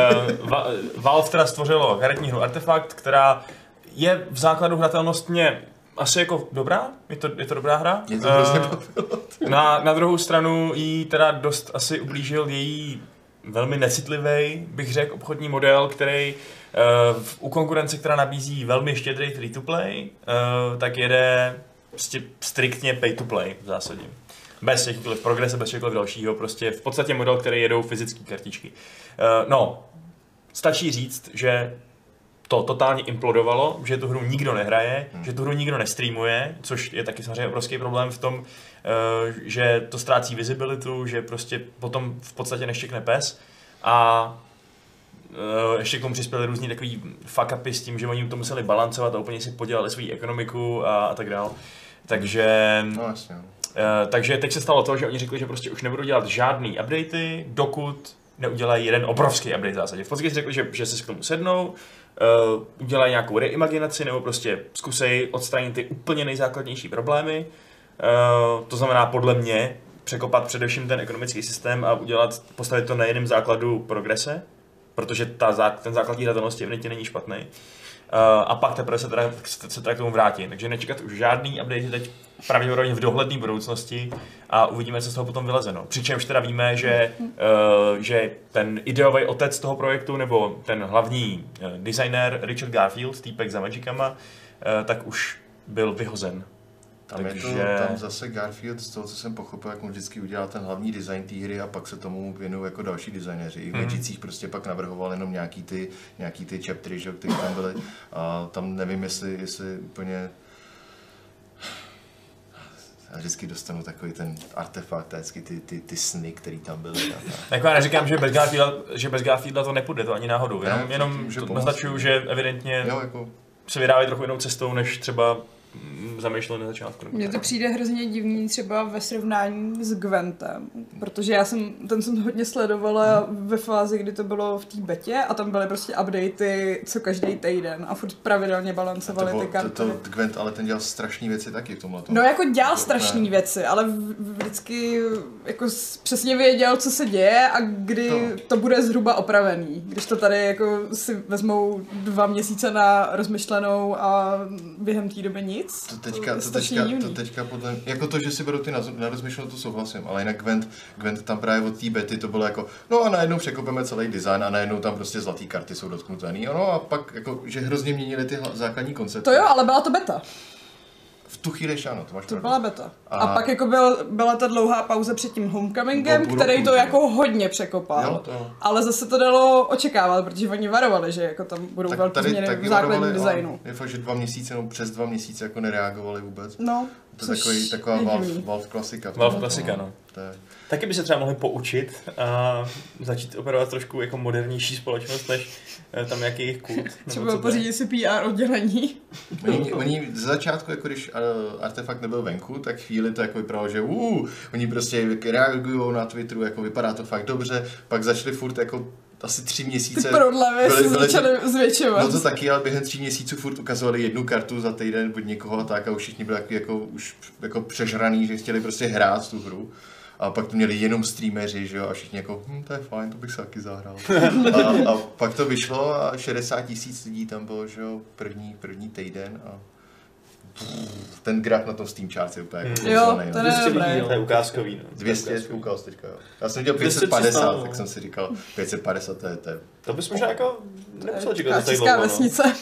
Valve teda stvořilo herní hru Artefakt, která je v základu hratelnostně asi jako dobrá, je to dobrá hra. Je to prostě na druhou stranu jí teda dost asi ublížil její velmi necitlivý, bych řekl, obchodní model, který u konkurence, která nabízí velmi štědrý free-to-play, tak jede prostě striktně pay-to-play v zásadě. Bez jakýkoliv progrese, bez jakýkoliv dalšího, prostě v podstatě model, který jedou fyzické kartičky. No, stačí říct, že to totálně implodovalo, že tu hru nikdo nehraje, že tu hru nikdo nestreamuje, což je taky samozřejmě obrovský problém v tom, že to ztrácí visibilitu, že prostě potom v podstatě neštěkne pes a ještě k tomu přispěli různý takový fuck-upy s tím, že oni to museli balancovat a úplně si podělali svou ekonomiku a tak dál. Takže... No, jasně. Takže teď se stalo to, že oni řekli, že prostě už nebudou dělat žádný updaty, dokud neudělají jeden obrovský update v zásadě. V podstatě si řekli, že se k tomu sednou, udělají nějakou reimaginaci nebo prostě zkusej odstranit ty úplně nejzákladnější problémy. To znamená podle mě překopat především ten ekonomický systém a postavit to na jednom základu progrese, protože ten základ hratelnosti evidentně není špatný. A pak teprve se teda k tomu vrátí. Takže nečekat už žádný update teď pravděpodobně v dohledné budoucnosti a uvidíme, co z toho potom vyleze. No. Přičemž teda víme, že ten ideový otec toho projektu, nebo ten hlavní designér Richard Garfield, týpek za Magicama, tak už byl vyhozen. Tam zase Garfield, z toho, co jsem pochopil, jak on vždycky udělal ten hlavní design té hry a pak se tomu věnují jako další designéři. I v Magicích prostě pak navrhoval jenom nějaký ty chaptery, že, které tam byly. A tam nevím, jestli úplně... Já vždycky dostanu takový ten artefakt, vždycky ty sny, který tam byly. Jako já neříkám, že bez Garfielda to nepůjde, to ani náhodou. Jenom naznačuju, že evidentně se vydávají trochu jinou cestou, než třeba zamýšlel na začátku. Mně to přijde hrozně divný třeba ve srovnání s Gwentem, protože ten jsem hodně sledovala ve fázi, kdy to bylo v té betě a tam byly prostě updaty co každý týden a furt pravidelně balancovali ty karty. Gwent, ale ten dělal strašné věci taky v tomhle. No jako dělal strašné věci, ale vždycky jako přesně věděl, co se děje a kdy to bude zhruba opravený. Když to tady jako si vezmou 2 měsíce na rozmyšlenou a během té doby nic. To teďka podle... Jako to, že si berou ty na rozmyšlenou, to souhlasím, ale jinak Gwent tam právě od té bety to bylo jako, no a najednou překopeme celý design a najednou tam prostě zlatý karty jsou dotknutelný. No a pak jako, že hrozně měnili ty základní koncepty. To jo, ale byla to beta. V tu chvíli ano, to máš pravdu. To byla beta. A pak jako byla ta dlouhá pauza před tím Homecomingem, který to jako hodně překopal. Jo, ale zase to dalo očekávat, protože oni varovali, že jako tam budou velké změny v základním designu. Je fakt, že 2 měsíce, no přes 2 měsíce jako nereagovali vůbec. No, to je taková Valve klasika. Valve klasika, no. Taky by se třeba mohli poučit a začít operovat trošku jako modernější společnost, než tam nějaký jejich kult. Třeba pořídit si PR oddělení. Oni z začátku, jako když Artefakt nebyl venku, tak chvíli to jako vypadalo, že oni prostě reagují na Twitteru, jako vypadá to fakt dobře, pak začali furt jako asi 3 měsíce. Ty prodlevy se začaly zvětšovat. No to taky, ale během 3 měsíců furt ukazovali jednu kartu za týden od někoho a tak a už všichni byli už jako přežraný, že chtěli prostě hrát tu hru. A pak to měli jenom streameři, že jo, a všichni jako, to je fajn, to bych se taky zahrál. A pak to vyšlo a 60 000 lidí tam bylo, že jo, první týden a ten graf na tom Steam charts je úplně jako jo, to je ukázkový. No. 200 ukaz teďka, jo. Já jsem dělal 550, tak jsem si říkal, 550 to je... To bys možná jako nemusel čekat do tady dlouho, vesnice.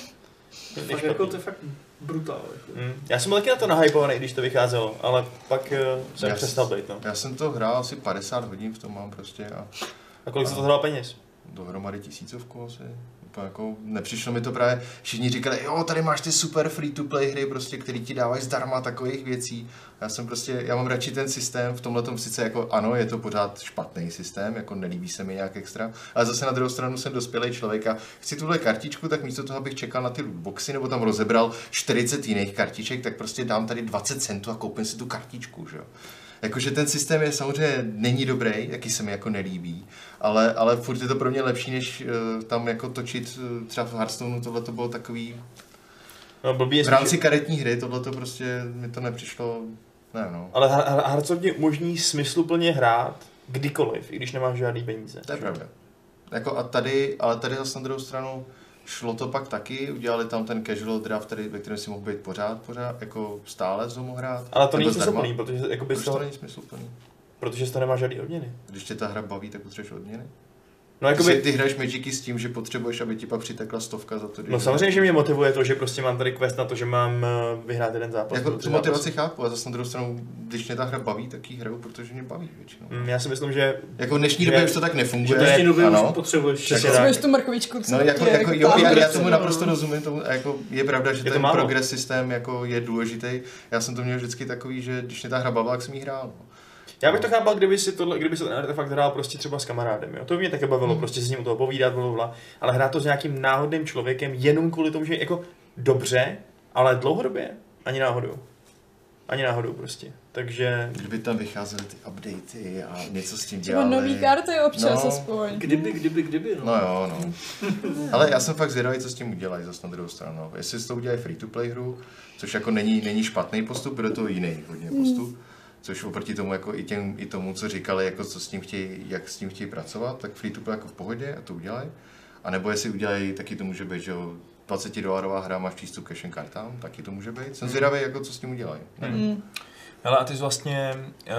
To je fakt brutál. Já jsem byl taky na to nahypovaný, když to vycházelo, ale pak jsem přestal být. No. Já jsem to hrál asi 50 hodin v tom mám prostě. A kolik se to hrál peněz? Dohromady 1000 asi. Jako nepřišlo mi to právě, všichni říkali, jo, tady máš ty super free-to-play hry, prostě, který ti dávají zdarma takových věcí. Já mám radši ten systém, v tomhletom sice jako ano, je to pořád špatný systém, jako nelíbí se mi nějak extra, ale zase na druhou stranu jsem dospělý člověk a chci tuhle kartičku, tak místo toho, abych čekal na ty lootboxy nebo tam rozebral 40 jiných kartiček, tak prostě dám tady 20 centů a koupím si tu kartičku, že jo. Jakože ten systém je samozřejmě není dobrý, jaký se mi jako nelíbí, ale furt je to pro mě lepší, než tam jako točit třeba v Hearthstoneu, tohle to bylo takový... No, v rámci karetní hry tohle to prostě mi to nepřišlo, nevím no. Ale Hearthstone ti umožní smysluplně hrát kdykoliv, i když nemáš žádný peníze. To je pravda. Jako ale tady zase na druhou stranu šlo to pak taky, udělali tam ten casual draft, ve kterém si mohl být pořád, jako stále z domu hrát. Ale to není smysluplný, protože jako Proč to není smysluplný? Protože to nemá žádný odměny. Když tě ta hra baví, tak potřebuješ odměny? No, jakoby... Ty hraješ Magicy s tím, že potřebuješ, aby ti pak přitekla 100 za to. No samozřejmě, že mě motivuje to, že prostě mám tady quest na to, že mám vyhrát jeden zápas. Jako tu motivaci chápu, a zase na druhou stranu, když mě ta hra baví, tak ji hraju, protože mě baví většinou. Já si myslím, že... Jako v dnešní době už to tak nefunguje. V dnešní době už potřebuješ. Potřebuješ tu mrkvičku, co já tomu naprosto rozumím, jako je pravda, že ten progress systém jako je důležitý. Já jsem to měl vždycky takový, že když mě ta hra bavila, tak jsem jí hrál. Já bych to chápal, kdyby se ten artefakt hrál prostě třeba s kamarádem, jo. To by mě také bavilo, prostě s ním u toho povídat, blablabla, ale hrát to s nějakým náhodným člověkem jenom kvůli tomu, že jako dobře, ale dlouhodobě ani náhodou prostě. Takže... Kdyby tam vycházely ty updaty a něco s tím dělali. Třeba nový karty občas aspoň. Kdyby, no. No jo, no. Ale já jsem fakt zvědavý, co s tím udělají zase na druhou stranu. Jestli s to udělají free-to-play hru, což jako není špatný postup, bude to jiný hodně postup. Což oproti tomu jako i tomu, co říkali, jako co s tím chtějí, jak s tím chtějí pracovat, tak free-to-play jako v pohodě a to udělají. A nebo jestli udělají, taky to může být, že $20 hra máš přístup ke všem kartám, taky to může být. Jsem zvědavý, jako co s tím udělají. Hele, a ty jsi vlastně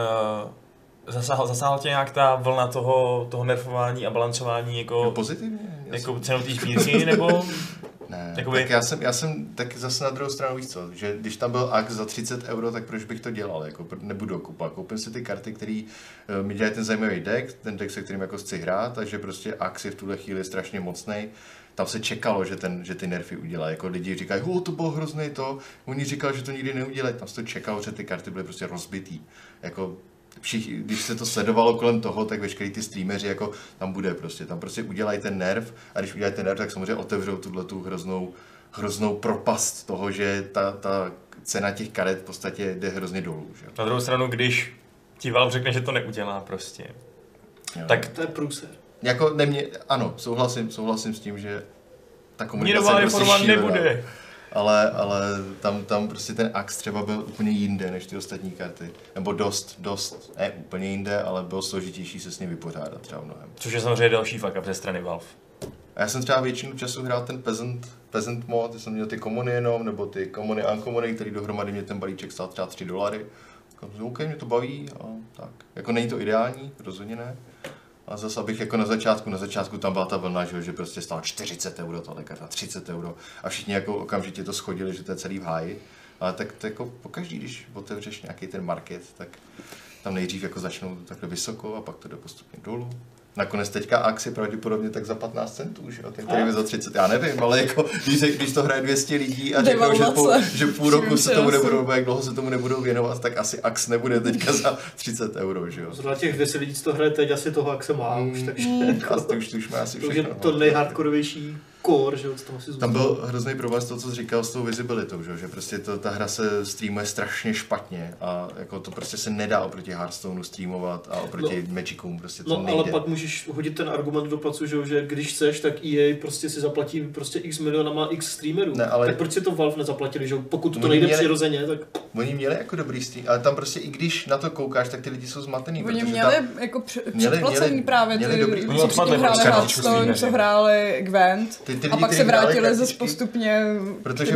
zasáhl tě nějak ta vlna toho nerfování a balancování jako... No, pozitivně. Jako cenou té sbírky, nebo... Ne, tak já jsem tak zase na druhou stranu víc co, že když tam byl Axe za 30 €, tak proč bych to dělal, jako nebudu kupovat. Koupím si ty karty, které mi dělají ten zajímavý deck, ten deck, se kterým jako chci hrát, takže prostě Axe je v tuhle chvíli strašně mocnej. Tam se čekalo, že ty nerfy udělají, jako lidi říkají, to bylo hrozný to, oni říkali, že to nikdy neudělají, tam se to čekalo, že ty karty byly prostě rozbitý, jako když se to sledovalo kolem toho, tak veškerý ty streameři jako tam prostě udělají ten nerv a když udělají ten nerv, tak samozřejmě otevřou tu hroznou propast toho, že ta cena těch karet v podstatě jde hrozně dolů. Že? Na druhou stranu, když ti Valve řekne, že to neudělá prostě, tak to je průser. Jako ano, souhlasím s tím, že ta komunikace prostě nebude. Ale tam prostě ten Axe třeba byl úplně jinde než ty ostatní karty. Nebo dost, ne úplně jinde, ale bylo složitější se s ním vypořádat třeba mnohem. Což je samozřejmě další fuck up ze strany Valve. A já jsem třeba většinu času hrál ten Peasant mod, jsem měl ty komony jenom, nebo ty komony uncommony, který dohromady mě ten balíček stál třeba $3. OK, mě to baví a tak. Jako není to ideální, rozhodně ne. A zase abych jako na začátku tam byla ta vlna, že prostě stál 40 €, tahle karta 30 € a všichni jako okamžitě to schodili, že to je celý v háji. Ale tak to jako pokaždý, když otevřeš nějaký ten market, tak tam nejdřív jako začnou takhle vysoko a pak to jde postupně dolů. Nakonec teďka Axe je pravděpodobně tak za 15 centů, že jo, ten který je za 30, já nevím, ale jako když to hraje 200 lidí a řeknou, že půl roku se tomu nebudou, jak dlouho se tomu nebudou věnovat, tak asi Axe nebude teďka za 30 €, že jo. Zrovna těch 200 lidí, co to hraje teď, asi toho Axe má už, takže to už má asi všechno. To je to nejhardkorovější core, že jo, co tam asi tam byl hrozný problém s toho, co jsi říkal, s tou visibilitou, že prostě ta hra se streamuje strašně špatně a jako to prostě se nedá oproti Hearthstoneu streamovat a oproti Magicům prostě to nejde. Ale pak můžeš hodit ten argument do placu, že když chceš, tak EA prostě si zaplatí prostě x milionama x streamerů. Ne, ale... Tak proč si to Valve nezaplatili, že pokud to nejde přirozeně, tak... Oni měli jako dobrý stream, ale tam prostě i když na to koukáš, tak ty lidi jsou zmatený. Oni měli tam... jako předplacení právě ty dobrý, hráli Hearthstone, co hráli Gwent. A pak se vrátili zase postupně. Protože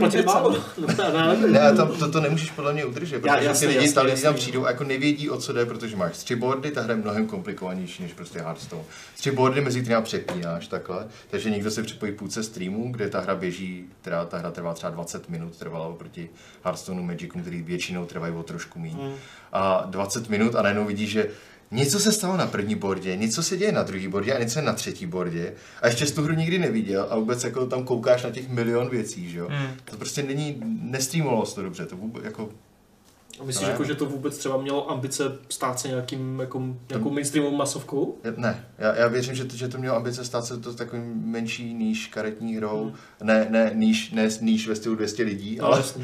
to nemůžeš podle mě udržet, protože ty lidi tam přijdou a jako nevědí, o co jde, protože máš 3 boardy, ta hra je mnohem komplikovanější než prostě Hearthstone. 3 boardy, mezi kterými přepínáš takhle, takže někdo se připojí v půlce streamu, kde ta hra běží, teda ta hra trvá třeba 20 minut, trvala oproti Hearthstoneu, Magicu, který méně trvají o trošku méně. A 20 minut a najednou vidíš, že něco se stalo na první bordě, něco se děje na druhý bordě a něco na třetí bordě a ještě jsi tu hru nikdy neviděl a vůbec jako tam koukáš na těch milion věcí, že jo. To prostě nestreamovalo se to dobře, to vůbec jako... A myslíš, jako, že to vůbec třeba mělo ambice stát se nějakou mainstreamovou masovkou? Ne, já věřím, že to mělo ambice stát se to takovým menší níž karetní hrou, ne níž ve stylu 200 lidí,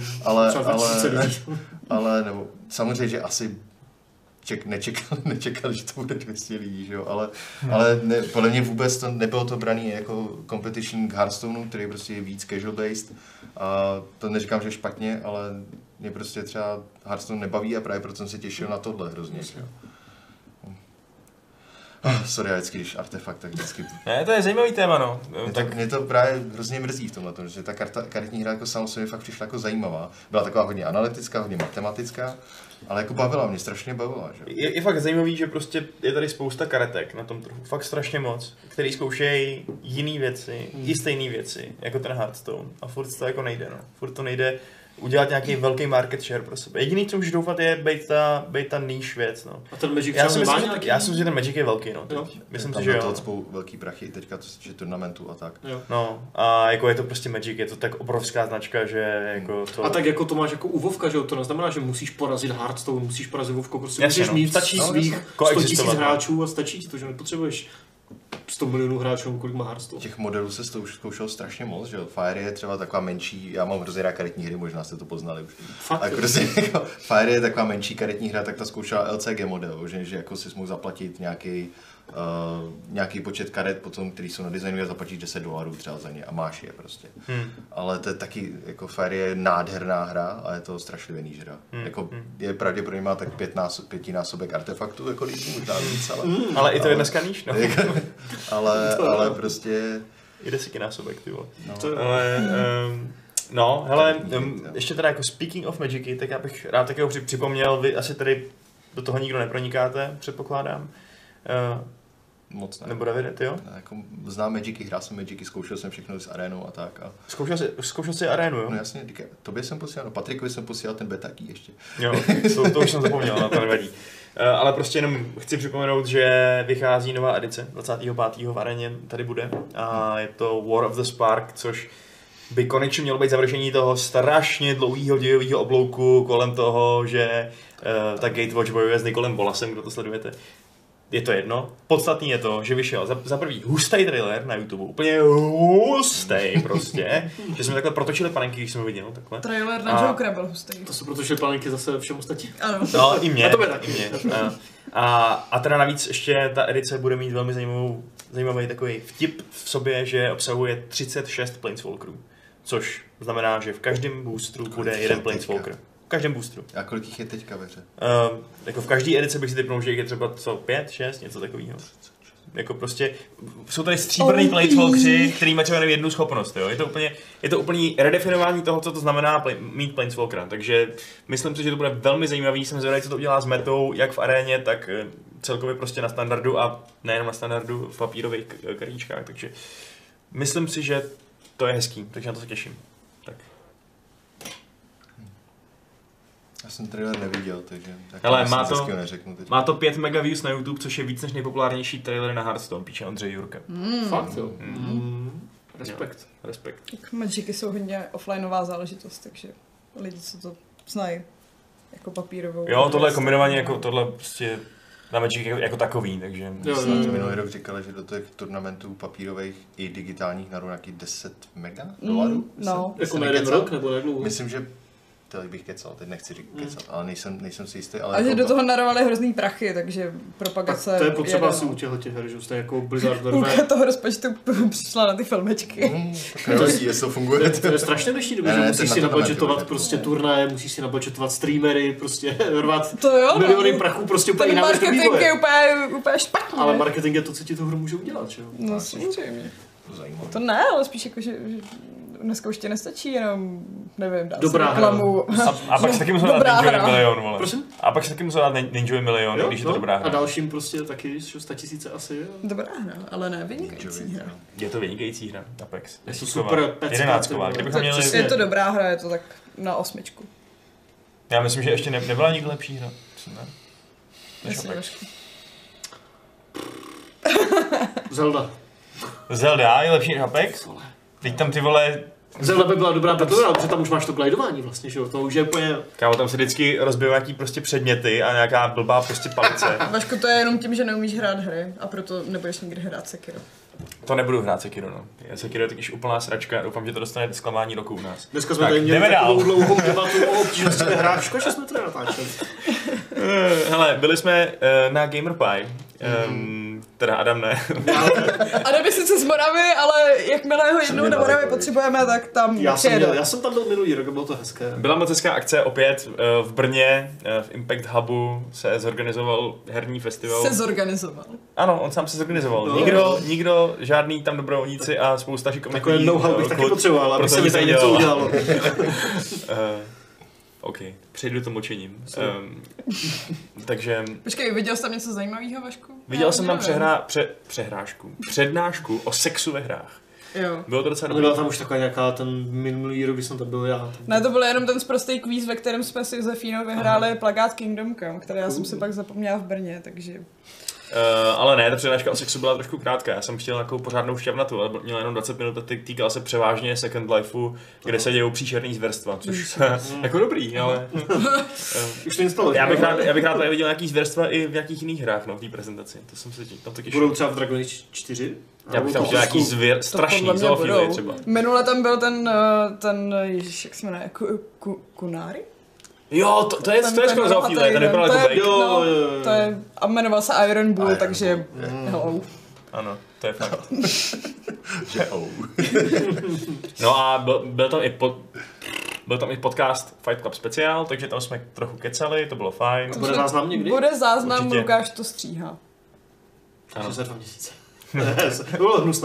ale nebo samozřejmě, že asi nečekali, že to bude 200 lidí, že jo? Ale podle mě vůbec to nebylo to braný jako competition k Hearthstoneu, který prostě je víc casual based. A to neříkám, že špatně, ale mě prostě třeba Hearthstone nebaví a právě proto jsem se těšil na tohle hrozně. Sorry, vždycky, když artefakt, tak vždycky... Ne, to je zajímavý téma, no. Mě to právě hrozně mrzí v tomhle, že ta karetní hra jako sama sobě fakt přišla jako zajímavá. Byla taková hodně analytická, hodně matematická, ale jako bavila, mě strašně bavila. Že? Je fakt zajímavý, že prostě je tady spousta karetek na tom trhu, fakt strašně moc, který zkoušejí jiné věci, i stejné věci, jako ten Hearthstone. A furt to jako nejde, no. Furt to nejde udělat nějaký velký market share pro sebe. Jediný, co můžu doufat, je být ta niche věc, no. A ten Magic já si myslím, že ten Magic je velký, no. Myslím si, že jo. Tam velký prachy teďka, co se týče turnamentu a tak. Jo. No, a jako je to prostě Magic, je to tak obrovská značka, že jako to... A tak jako to máš jako u Vovka, že jo, to neznamená, že musíš porazit Hearthstone, musíš porazit Vovko, prostě jasně, musíš mít svých 100 000 hráčů a stačí ti to, že nepotřebuješ 100 milionů hráčů, kolik má Hearthstone. Těch modelů se už zkoušelo strašně moc, že jo. Fire je třeba taková menší, já mám hrozně rád karetní hry, možná jste to poznali už. Fakt? Tak prostě jako Fire je taková menší karetní hra, tak ta zkoušela LCG model, že jako si mohl zaplatit nějaký počet karet potom, který jsou na designu a zaplatíš $10 třeba za ně a máš je prostě. Ale to je taky, jako Fire je nádherná hra a je to strašlivě níž hra. Jako je pravděpodobně má tak 5násobek artefaktů, jako lidí, možná víc, ale i to je dneska níž, no. ale prostě... Je 10násobek, ty vole. No, hele, ještě teda jako speaking of Magicy, tak já bych rád taky připomněl, vy asi tady do toho nikdo nepronikáte, předpokládám. Moc ne. Nebo Davide, ty jo? Jako znám Magicy, hrál jsem Magicy, zkoušel jsem všechno s arénou a tak. A... Zkoušel jsi arénu, jo? No jasně, tobě jsem posílal, no Patrikovi jsem posílal ten beta key ještě. Jo, to už jsem zapomněl, na to nevadí. Ale prostě jenom chci připomenout, že vychází nová edice 25. v aréně, tady bude. A je to War of the Spark, což by konečně mělo být završení toho strašně dlouhého dějového oblouku kolem toho, že ta Gatewatch bojuje s Nikolem Bolasem, kdo to sledujete. Je to jedno. Podstatný je to, že vyšel za prvý hustý trailer na YouTube, úplně hustý prostě, že jsme takhle protočili panenky, když jsme ho viděli, takhle. Trailer na Jokera byl hustý. To jsou protočili panenky zase všem ostatním. Ano. No, i mě. A to taky. A teda navíc ještě ta edice bude mít velmi zajímavý takový vtip v sobě, že obsahuje 36 Planeswalkerů, což znamená, že v každém boostru bude jeden Planeswalker. V každém boostru. A kolik jich je teďka ve hře? Jako v každé edici bych si typnul, že jich je třeba 5, 6, něco takového. Jako prostě, jsou tady stříbrný Planeswalkeri, který mají třeba jednu schopnost, jo. Je to úplně redefinování toho, co to znamená mít Planeswalkera, takže myslím si, že to bude velmi zajímavý, jsem zvědavý, co to udělá s metou, jak v aréně, tak celkově prostě na standardu a nejenom na standardu v papírových kartičkách, takže myslím si, že to je hezký, takže na to se těším. Tak. Já jsem trailer neviděl, takže hele, neřeknu teď. Má to 5 mega views na YouTube, což je víc než nejpopulárnější trailer na Hearthstone, píše Ondřej Jurka. Fakt jo. Respekt. Tak Magicy jsou hodně offlineová záležitost, takže lidi, co to znají jako papírovou. Jo, tohle je kombinovaně jako tohle prostě na Magic jako takový, takže... Minulý rok říkali, že do těch turnamentů papírových i digitálních najdou nějaký $10 mega? No. Jako na jeden rok nebo na dlouho? Myslím, že tady bych kecal, teď nechci říct kecat, ale nejsem si jistý. Ale a že do toho narovali hrozný prachy, takže propagace... To je potřeba asi u těchto her, že jste jako Blizzard Půlka toho rozpočtu přišla na ty filmečky. Jestli to funguje. To je strašně dnešní době, že musíš si nabudgetovat prostě turnaje, musíš si nabudgetovat streamery, prostě rvat miliony prachů, prostě úplně jiná než to vývoje. Marketing je úplně špatný. Ale marketing je to, co ti tu hru může udělat, že jo? No samozřejmě. zajímavé. To ne, ale spíš jako, že dneska už tě nestačí jenom, nevím, dát dobrá si reklamu. A pak se taky musel dát Ninjovi milion, vole. Prosím? A pak se taky musel dát Ninjovi milion, když je to dobrá hra. A dalším prostě taky 100 000 asi. Jo. Dobrá hra, ale ne vynikající hra. Je to vynikající hra, Apex. Je to super pecka. 11ková. Kdybychom měli... Je to dobrá hra, je to tak na 8. Já myslím, že ještě nebyla nikdy lepší hra. Zelda. Zelda je lepší než Apex? Teď tam ty vole... Zelda by byla dobrá battle, protože tam už máš to glidování vlastně, že jo? To už je úplně... Kámo, tam se vždycky rozbijou nějaký prostě předměty a nějaká blbá prostě palice. Vašku, to je jenom tím, že neumíš hrát hry a proto nebudeš nikdy hrát Sekiro. To nebudu hrát Sekiro, no. Sekiro je takyž úplná sračka, doufám, že to dostane zklamání roku u nás. Dneska jsme tady měli takovou dlouhou debatu o obtížnosti ve hrách, škoda, že jsme to natáčeli. Hele, byli jsme na GamerPie. Teda Adam ne. Adam je sice z Moravy, ale jakmile ho jednou na Moravě potřebujeme, tak tam já jsem tam byl minulý rok, bylo to hezké. Byla moc hezká akce opět v Brně, v Impact Hubu se zorganizoval herní festival. Se zorganizoval. Ano, on sám se zorganizoval. Nikdo, žádný tam dobrovolníci a spousta šikovných lidí. Takové know-how bych taky potřeboval, aby se mi tady něco udělalo. OK, přejdu to mlčením. Takže... Počkej, viděl jsi tam něco zajímavého, Vašku? Viděl jsem tam přednášku o sexu ve hrách. Jo. Bylo to docela dobré. Byla tam už taková nějaká ten minulý rok, když jsem tam byl já. Ne, to byl jenom ten sprostý kvíz, ve kterém jsme si Josefínou vyhráli plakát Kingdom Come, který já jsem si pak zapomněla v Brně, takže... Ale ne, ta přednáška o sexu byla trošku krátká. Já jsem chtěl nějakou pořádnou šťavnatu, ale měla jenom 20 minut a týkala se převážně Second Lifeu, kde se dějou příšerný zvěrstva, což jako dobrý, ale... Už to instaluji. Já bych rád tady viděl nějaký zvěrstva i v nějakých jiných hrách, no, v té prezentaci. To jsem se tam taky budou třeba v Dragon Age 4? Já bych tam chtěl nějaký strašný zoofíly třeba. Minule tam byl ten ježiš, jak se jmenuje, Kunari? Jo, to je skoro zoofíly, ten vypadal jako bejk. To je, a jmenoval se Iron Bull, takže hello. Ano, to je fakt. No a byl tam i podcast Fight Club speciál, takže tam jsme trochu kecali, to bylo fajn. Bude záznam někdy? Bude záznam, určitě. Lukáš to stříhá. Ano. Za 2 měsíce. To bylo hnusné.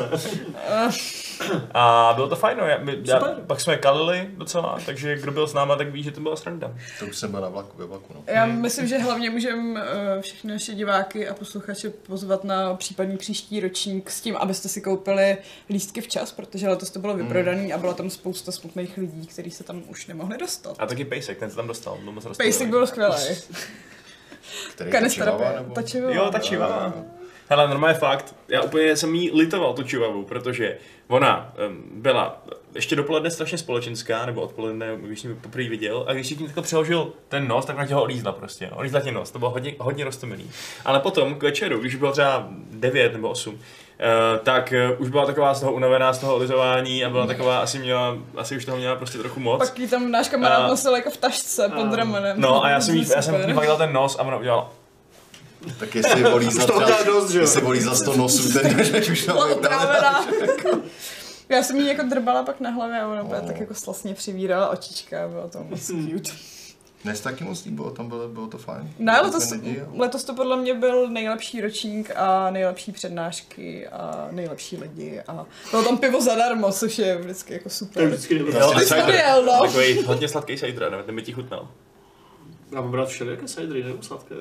A bylo to fajn, pak jsme kalili docela, takže kdo byl s náma, tak ví, že to byla sranda. To už jsem byl ve vlaku. No. Já myslím, že hlavně můžeme všechny naše diváky a posluchače pozvat na případný příští ročník s tím, abyste si koupili lístky včas, protože letos to bylo vyprodaný a byla tam spousta smutných lidí, kteří se tam už nemohli dostat. A taky Pejsek, ten se tam dostal. Pejsek byl skvělý. Který ta Chihuahua. Jo, ta Chihuahua. Hele, normálně fakt, já úplně jsem jí litoval, tu Chihuahu, protože ona byla ještě dopoledne strašně společenská, nebo odpoledne, když jsem ji poprvé viděl, a když si tím takhle přeložil ten nos, tak na těho olízla prostě, olízla tě nos, to bylo hodně roztomilý. Ale potom k večeru, když bylo třeba 9 nebo 8, tak už byla taková z toho unavená z toho olizování a byla taková, asi už toho měla prostě trochu moc. Pak jí tam náš kamarád nosil jako v tašce pod ramenem. No a já jsem jí pak dal ten nos a ona udělala. Tak jestli volí za za 100 nosů, teď už tam Já jsem jí jako drbala pak na hlavě a ona tak jako slastně přivírala očička, bylo to moc cute. Dnes taky moc líbilo, tam bylo to fajn. Ne, letos to podle mě byl nejlepší ročník a nejlepší přednášky a nejlepší lidi a bylo tam pivo zadarmo, což je vždycky jako super. To je vždycky dobré. Takový hodně sladký cider, nevím, ten by ti chutnal. Já mám brát všelijaké cidery, nevím, sladké.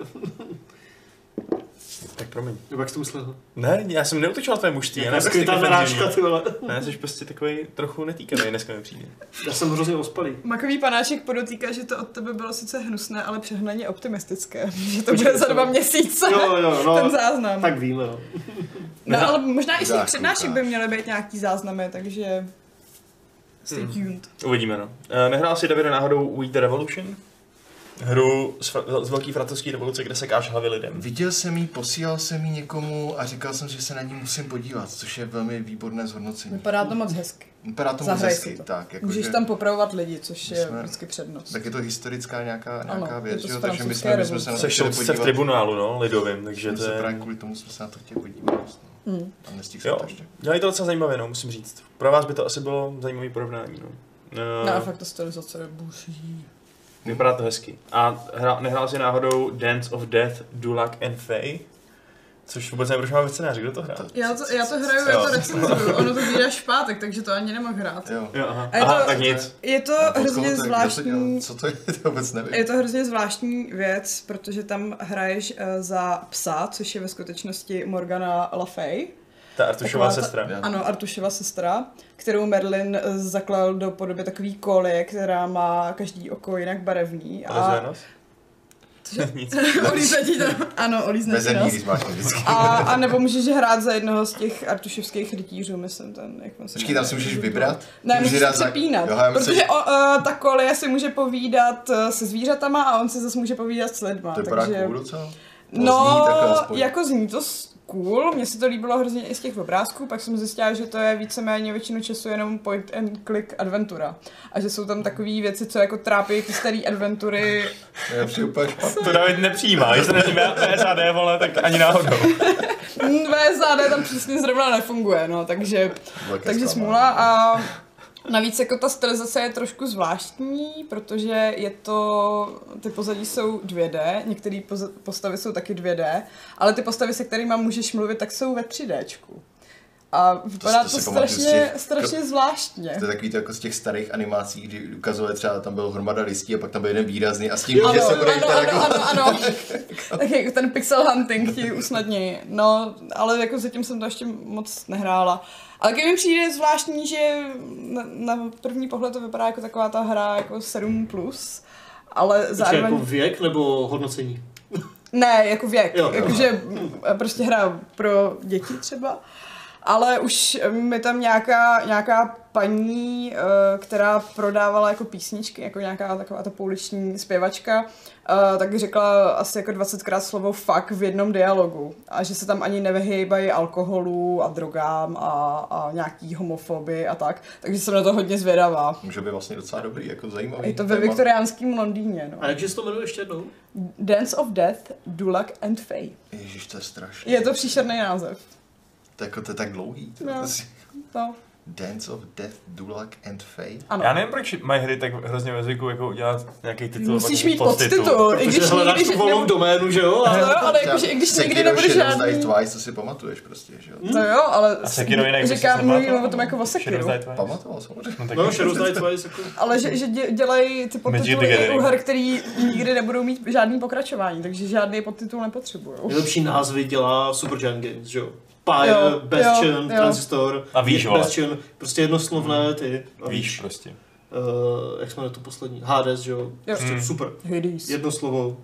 Tak promiň. Jak jsi to myslel? Ne, já jsem neutočil tvé mužství. Já skrytá narážka, ty vole. Ne, jsi prostě takový trochu netýkavý, dneska mi přijde. Já jsem hrozně ospalý. Makový panáček podotýká, že to od tebe bylo sice hnusné, ale přehnaně optimistické. Že to bude za 2 měsíce, no, ten záznam. Tak víme, no. No, ale možná i z těch přednášek by měly být nějaký záznamy, takže stay tuned. Uvidíme, no. Nehrál si, Davide, náhodou We the Revolution? Hru z velké francouzské revoluce, kde sekáš hlavy lidem. Viděl jsem ji, posílal jsem ji někomu a říkal jsem, že se na ní musím podívat, což je velmi výborné zhodnocení. Vypadá to moc hezky. Vypadá to moc hezky, tak. Jako můžeš tam popravovat lidi, což je vždycky přednost. Tak je to historická nějaká věc, jo, takže my jsme se na to chtěli podívat. V tribunálu, no, lidovým, takže to je... Právě kvůli tomu jsme se na to chtěli podívat. A nestihl jsem to ještě. Dělají to docela zajímavé, no, musím říct. Pro vás by to asi bylo zajímavé porovnání, no. No a fakt to stylizace je boží. Vypadá to hezky. A nehrál si náhodou Dance of Death, Dulac and Faye? Což vůbec nevím, proč máme scénáři, kdo to hrál? Já to hraju, já to recenzuju, ono to vyjde až v pátek, takže to ani nemohl hrát. Jo, aha. Tak nic. Je to hrozně zvláštní. Co to je, to vůbec nevím. Je to hrozně zvláštní věc, protože tam hraješ za psa, což je ve skutečnosti Morgana Le Fay. Ta Artušová sestra. Ano, Artušova sestra, kterou Merlin zaklal do podoby takový koly, která má každý oko jinak barevný. Nic. Olízne ti to. Ano, olízne ti nos. A nebo můžeš hrát za jednoho z těch artušovských rytířů, myslím ten, jak on se Počkej, tam si můžeš vybrat? Ne, můžeš přepínat, protože ta kolie si může povídat se zvířatama a on se zase může povídat s lidma. To je takže... cool docela? No, jako zní to cool, mně se to líbilo hrozně i z těch obrázků, pak jsem zjistila, že to je víceméně většinu času jenom point and click adventura. A že jsou tam takové věci, co jako trápí ty staré adventury. To David nepřijímá, jestli nevím VSAD, vole, tak ani náhodou. VSAD tam přesně zrovna nefunguje, no, takže smůla a navíc jako ta stylizace je trošku zvláštní, protože ty pozadí jsou 2D, některé postavy jsou taky 2D, ale ty postavy, se kterými můžeš mluvit, tak jsou ve 3Dčku. A vypadá to strašně zvláštně. To je takový to jako z těch starých animací, kdy ukazuje třeba, tam byl hromada listí a pak tam byl jeden výrazný a s tím, že se bude ano. Tak jako ten pixel hunting ti usnadní. No, ale jako zatím jsem to ještě moc nehrála. Ale když mi přijde zvláštní, že na první pohled to vypadá jako taková ta hra jako 7+, ale zároveň... jako věk nebo hodnocení? Ne, jako věk. Jakože prostě hra pro děti třeba. Ale už mi tam nějaká paní, která prodávala jako písničky, jako nějaká taková ta pouliční zpěvačka, tak řekla asi jako 20krát slovo fuck v jednom dialogu. A že se tam ani nevyhýbají alkoholu a drogám a nějaký homofobii a tak. Takže jsem na to hodně zvědavá. Může být vlastně docela dobrý, jako zajímavý. Je to ve viktoriánském Londýně. No. A jakže se to jmenuje ještě jednou? Dance of Death, Dulac and Fae. Ježiš, to je strašný. Je to příšerný název. To je tak dlouhý. No. Dance of Death, Dulac and Fae. Ano. Já nevím, proč mají hry tak hrozně ve zvyku jako udělat nějaký titul. Musíš mít podtitul. Protože hledáš tu volnou doménu, že jo? Ale jakože i když nikdy nebude žádný... Twice, to si pamatuješ prostě, že jo? To jo, ale mluvím o tom jako o Sekiru. Pamatoval samozřejmě. No, Shadows Die Twice jako... Ale že dělají ty podtituly i u her, který nikdy nebudou mít žádný pokračování, takže žádný podtitul nepotřebují. Nejlepší názvy dělá Supergiant Games, že jo? Pyre, Bastion, Transistor, a víš, Bastion, prostě jednoslovné ty. Víš prostě. Jak jsme na to poslední? Hades, že jo? Prostě super. Hades. Jedno slovo.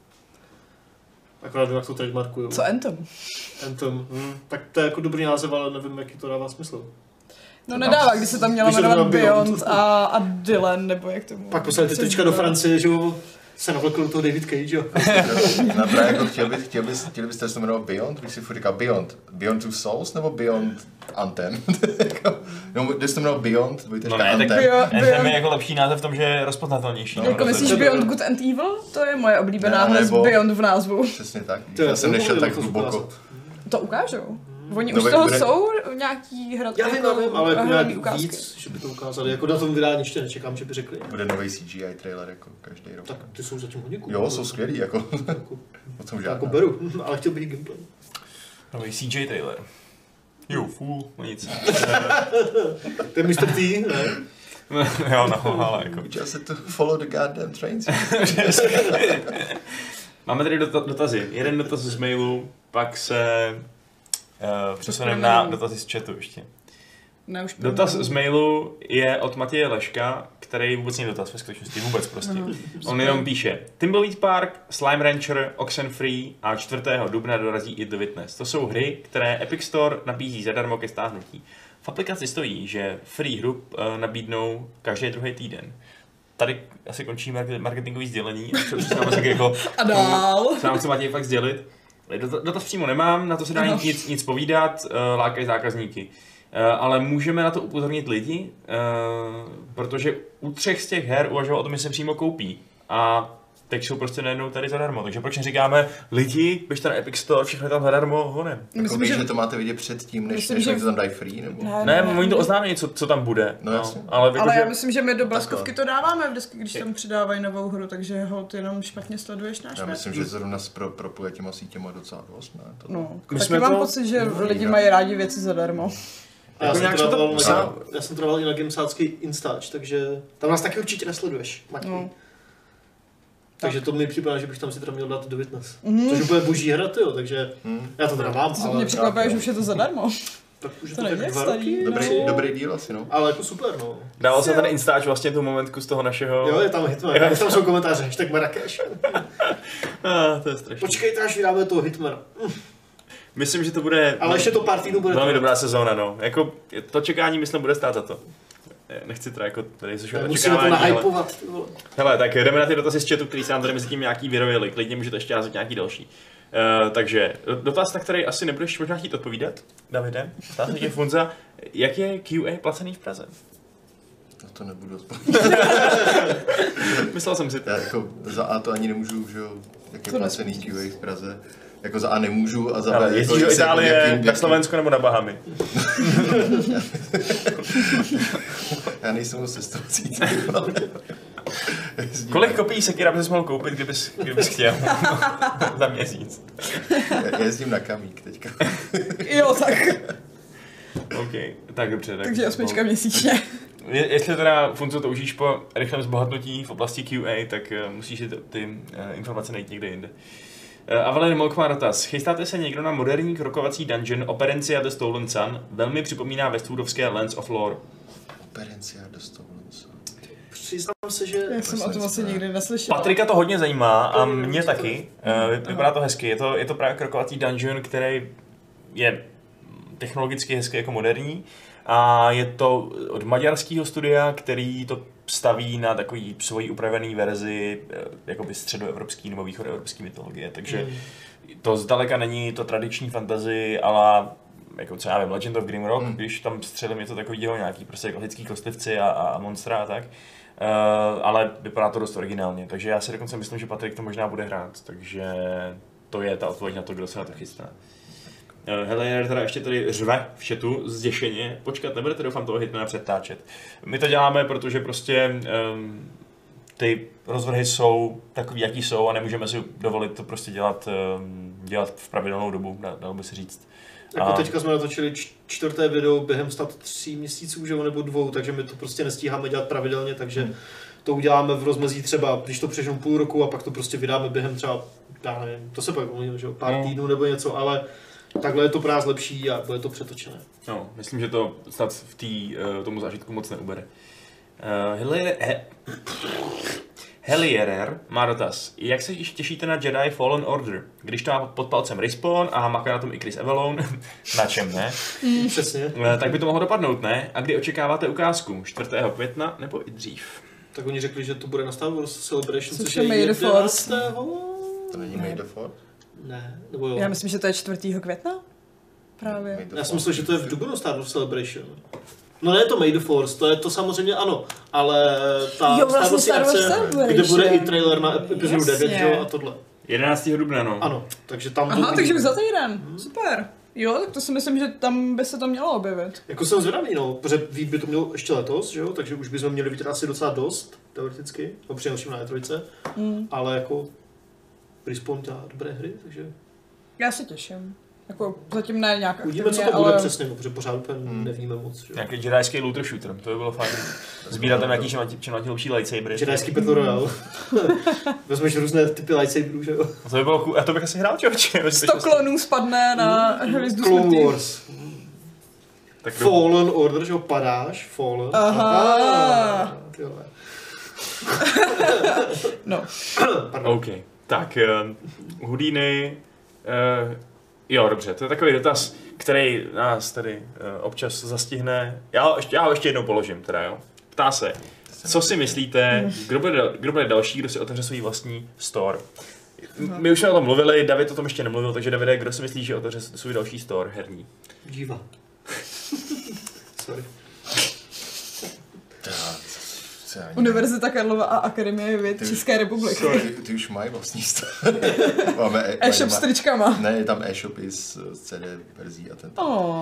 Akorát jak to trademarkuju. Co Anthem? Anthem, tak to je jako dobrý název, ale nevím, jaký to dává smysl. No nedává, když se tam měla jmenovat Beyond a Dylan, nebo jak to bylo. Pak poslali ty trička do Francie, že jo? Se navlekl do toho David Cage, jo? No právě jako chtěli byste se jmenovat Beyond? Když si furt říká Beyond. Beyond Two Souls nebo Beyond Anthem? No, když se jmenovat Beyond, budete říkat Anthem. Anthem je jako lepší název v tom, že je rozpoznatelnější. Jako myslíš Beyond Good and Evil? To je moje oblíbená hra s Beyond v názvu. Přesně tak, já jsem nešel tak hluboko. To ukážou. Oni už toho jsou nějaký hradky. Já nevím, ale jako nějaký víc, že by to ukázali. Jako na tom vydání ještě nečekám, že by řekli. Bude nový CGI trailer jako každý rok. Tak ty jsou zatím hodně cool. Jo, jsou skvělý, jako. O tom žádná. Jako beru, ale chtěl bych gameplay. Nový CGI trailer. Jo, fůl, nic. To je Mr. T, ne? Jo, no, ale jako. Just to follow the goddamn trains. Máme tady dotazy. Jeden dotaz z mailu, pak se přesuneme na dotazy z chatu ještě. Ne, už dotaz z mailu je od Matěje Leška, který vůbec není dotaz ve skutečnosti, vůbec prostě. On jenom píše: Thimbleweed Park, Slime Rancher, Oxenfree a 4. dubna dorazí i The Witness. To jsou hry, které Epic Store nabízí zadarmo ke stáhnutí. V aplikaci stojí, že free hru nabídnou každý druhý týden. Tady asi končí marketingový sdělení. A dál. Co nám chce Matěj fakt sdělit. Dotaz přímo nemám, na to se dá nic povídat, lákají zákazníky. Ale můžeme na to upozornit lidi, protože u 3 z těch her uvažoval o tom, že se přímo koupí. A tak jsou prostě najednou tady zadarmo. Takže proč neříkáme, lidi, běžte na Epic Store, všechno je tam zadarmo, honem. Myslím, že to máte vidět předtím, než to tam dají free, nebo? Ne, oni to oznámí, co tam bude. No, ale já myslím, že my do Bleskovky to dáváme vždycky, když tam přidávají novou hru, takže ho ty jenom špatně sleduješ náš. Já myslím, že zrovna propuje těma sítěma docela dost, ne? No, taky mám pocit, že lidi mají rádi věci zadarmo. A já jsem to dával i na gamesácký Instač, takže tam nás taky určitě nesleduješ, Matěj. No. Takže to mi připadá, že bych tam si teda měl dát do Witness. Což úplně boží hra, tyjo, takže já to teda mám. Ale mě překvapuje, že už je to zadarmo. Tak už to tak 2 roky. Dobrý díl asi, no. Ale jako super, no. Dával se ten Instač vlastně tu momentku z toho našeho... Jo, je tam Hitman, tam jsou komentáře, hashtag Marrakeš. To je strašný. Počkejte, až vydáme toho Hitmana. Myslím, že to bude... Ale ještě to pár týdnů bude... Velmi dobrá sezóna, no. Jako, to čekání, myslím, bude stát za to. Nechci teda jako tady zvyšovat očekávání. Musíme to nahypovat. Hele, tak jdeme na ty dotazy z chatu, který se nám tady mezi tím nějaký vyrojili. Klidně můžete ještě házet nějaký další. Takže dotaz, na který asi nebudeš možná chtít odpovídat, Davide. Ptá se tě Funza, jak je QA placený v Praze? No to nebudu odpovídat. Myslel jsem si to. Já jako za A to ani nemůžu, že jo, jak je placený QA v Praze. Jako za A nemůžu a za B... Jezdíš do Itálie, na Slovensku nebo na Bahamy? Já nejsem moc cestující. Kolik kopií Sekira bys mohl koupit, kdybys chtěl? Za měsíc. Já jezdím na Kamík teďka. Jo, tak. OK, tak dobře. Takže 8 měsíčně. Jestli teda, Funzo, toužíš po rychlém zbohatnutí v oblasti QA, tak musíš ty informace najít někde jinde. Avalin Molk má dotaz. Chystáte se někdo na moderní krokovací dungeon Operencia the Stolen Sun? Velmi připomíná westwoodovské Lands of Lore. Operencia the Stolen Sun. Přiznám se, že... Já jsem o tom asi nikdy neslyšel. Patrika to hodně zajímá a mě taky. Vypadá to hezky. Je to právě krokovací dungeon, který je technologicky hezky jako moderní. A je to od maďarského studia, který to staví na takový svoji upravený verzi jakoby středoevropský nebo východoevropský mytologie, takže to zdaleka není to tradiční fantasy, ale jako co já vím, Legend of Grimrock, když tam střelím něco takového, nějaký prostě klasický kostlivci a monstra a tak, ale vypadá to dost originálně, takže já si dokonce myslím, že Patrik to možná bude hrát, takže to je ta odpověď na to, kdo se na to chystá. Helena teda ještě tady řve v chatu zděšeně. Počkat, nebudete doufám toho Hitmana přetáčet. My to děláme, protože prostě ty rozvrhy jsou takový, jaký jsou a nemůžeme si dovolit to prostě dělat v pravidelnou dobu, dalo by se říct. Jako teďka jsme natočili 4. video během snad 3 měsíců, že nebo 2, takže my to prostě nestíháme dělat pravidelně, takže to uděláme v rozmezí třeba, když to přeženu půl roku a pak to prostě vydáme během třeba, já nevím, to se pak že pár týdnů nebo něco, ale takhle je to práz lepší a bude to přetočené. No, myslím, že to snad v tomu zážitku moc neubere. Helierer má dotaz. Jak se těšíte na Jedi Fallen Order? Když to má pod palcem Respawn a maká na tom i Chris Avellone, na čem ne? Přesně. Tak by to mohlo dopadnout, ne? A kdy očekáváte ukázku? 4. května nebo i dřív? Tak oni řekli, že to bude na Star Wars Celebration, což je May the Force. To není May the Force? Ne, nebo jo. Já myslím, že to je 4. května. Právě. Já jsem myslel, že to je v dubnu Star Wars Celebration. No ne, to May the Force, to je to samozřejmě ano, ale ta vlastně Star Wars akce, kde bude i trailer na epizodu 9, jo, a tohle. 11. dubna, no. Ano, takže tam... Aha, takže už za týden, super. Jo, tak to si myslím, že tam by se to mělo objevit. Jako jsem zvědavý, no, protože Vít by to měl ještě letos, že jo, takže už bychom měli vidět asi docela dost, teoreticky, no přinejmenším na E3, ale jako Respawn dělá dobré hry, takže... Já se těším. Jako zatím ne nějak aktivně, uvidíme, co to bude přesně, protože pořád úplně nevíme moc. Že? Nějaký jedajský looter shooter, to by bylo fajn. Sbírat tam nějaký čím lepší lightsabery. Jedajský Battle Royale. Vezmeš různé typy lightsaberů, že jo? To by bylo cool, a to bych asi hrál, čověče. 100 klonů spadne na hvězdu smrti. Clone Wars. Tak Fallen Order, že ho padáš, Fallen. Aha. No. OK, tak Houdini, jo, dobře, to je takový dotaz, který nás tady občas zastihne. Já ho ještě jednou položím, teda jo. Ptá se, co si myslíte, kdo bude další, kdo si otevře svůj vlastní store? My už jsme o tom mluvili, David o tom ještě nemluvil, takže Davide, kdo si myslí, že otevře svůj další store herní? Diva. Sorry. Univerzita Karlova a Akademie věd České republiky. Ty už mají vlastní stav. Máme e-shop s tričkama. Ne, je tam e-shopy s CD verzí a ten.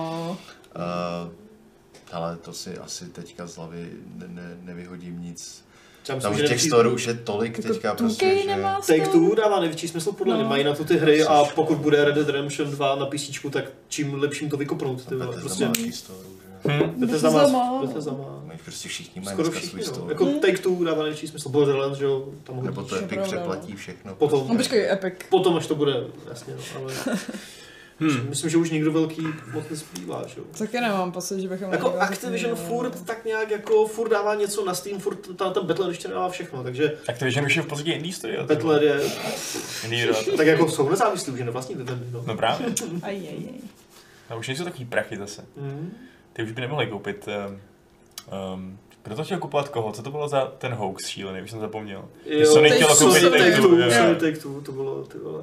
Ale to si asi teďka z hlavy nevyhodím nic. Tam v těch storů už je tolik teďka prostě, že... Take-Two dává největší smysl, podle mě mají na to ty hry a pokud bude Red Dead Redemption 2 na PC, tak čím lepším to vykopnout. Prostě... Bethesda má. Prostě všichni mají dneska svůj store. Jako Take-Two dává největší smysl, Borderlands, že jo, tam hodíš. Nebo to Epic přeplatí všechno. Potom, počkej, Epic. Potom, až to bude, jasně, no, ale... Myslím, že už nikdo velký moc nezbývá, že jo. Taky nemám pocit, že bychom... Jako Activision furt tak nějak jako furt dává něco na Steam, furt ten Battle.net ještě nedává všechno, takže... Activision už je v podstatě indie studio. Battle.net je... Tak jako jsou nezávislí, už je nevlastní ten, no. No právě. Ajajaj. A už nejsou takový prachy zase. Ty už by nemohli koupit... kdo to chtěl kupovat koho? Co to bylo za ten hoax šílený? Už jsem zapomněl. Sony chtěla koupit Take-Two, to bylo ty vole.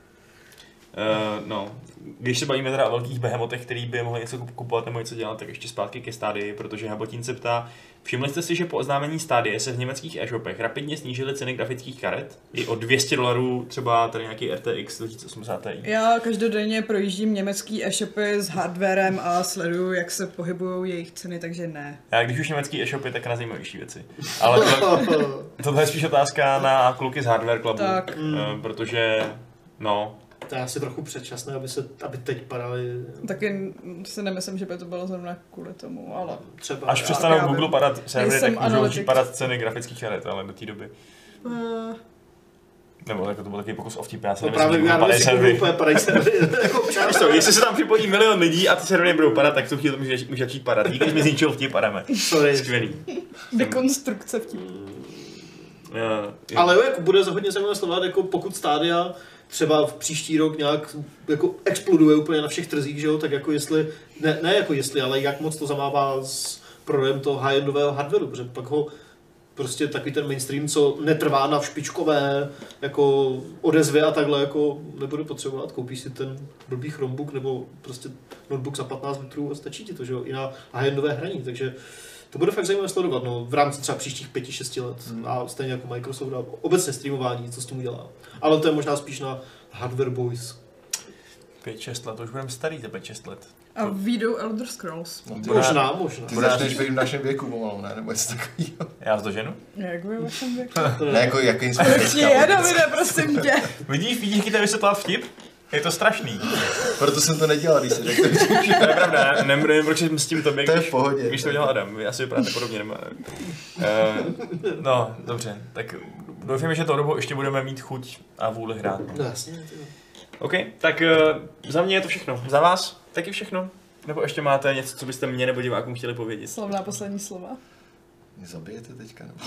No, když se bavíme teda o velkých behemotech, který by mohli něco kupovat nebo něco dělat, tak ještě zpátky ke Stadii, protože Habotín se ptá, všimli jste si, že po oznámení Stadie se v německých e-shopech rapidně snížily ceny grafických karet? I o $200, třeba tady nějaký RTX 2080 Ti. Já každodenně projíždím německý e-shopy s hardwarem a sleduju, jak se pohybují jejich ceny, takže ne. Já když už německý e-shopy, tak na zajímavější věci. Ale tohle je spíš otázka na kluky z Hardware Clubu, protože, no... To je asi trochu předčasné, aby teď padaly... Taky si nemyslím, že by to bylo zrovna kvůli tomu, ale... Třeba. Až přestanou Google padat servery, tak můžou začít padat ceny grafických karet, ale do té doby. Nebo jako to byl takový pokus o vtip, já si nemyslím, že Google padají servery. Jestli se tam připojí milion lidí a ty servery budou padat, tak to chvíli to může začít padat. Díky, že mi z ničeho vtip padáme. Skvělý. Dekonstrukce vtip. Ale jo, jako bude hodně zajímavé sledovat, jako pokud Stadia třeba v příští rok nějak jako exploduje úplně na všech trzích, že jo, tak jako jestli, ne jako jestli, ale jak moc to zamává s prodejem toho high-endového hardwareu, protože pak ho prostě takový ten mainstream, co netrvá na špičkové jako odezvy a takhle jako nebude potřebovat, koupíš si ten blbý Chromebook nebo prostě notebook za 15 litrů a stačí ti to, že jo, i na high-endové hraní, takže to bude fakt zajímavé sledovat, no, v rámci třeba příštích 5-6 let a stejně jako Microsoft a obecně streamování, co s tím udělá. Ale to je možná spíš na Hardware Boys. 5-6 let, to už budeme starý za 5-6 let. A vyjdou Elder Scrolls. No, možná. Ty začneš být v našem věku pomalu, ne? Nebo něco takového. Já to ženu? Jak by v našem věku? Ne, jako jakým jsme teďka. Je, Davide, prosím tě. Vidíš, jak jde vysvětlovat vtip? Je to strašný. Proto jsem to nedělal, když se řekl. To je pravda, nevím, proč jsem s tím tobě, to je v pohodě. Když to dělal Adam, vy asi vypadáte podobně. No, dobře, tak doufám, že tou dobou ještě budeme mít chuť a vůli hrát. No jasně. OK, tak za mě je to všechno. Za vás taky všechno? Nebo ještě máte něco, co byste mě nebo divákům chtěli povědět? Slavná poslední slova. Mě zabijete teďka, nebo?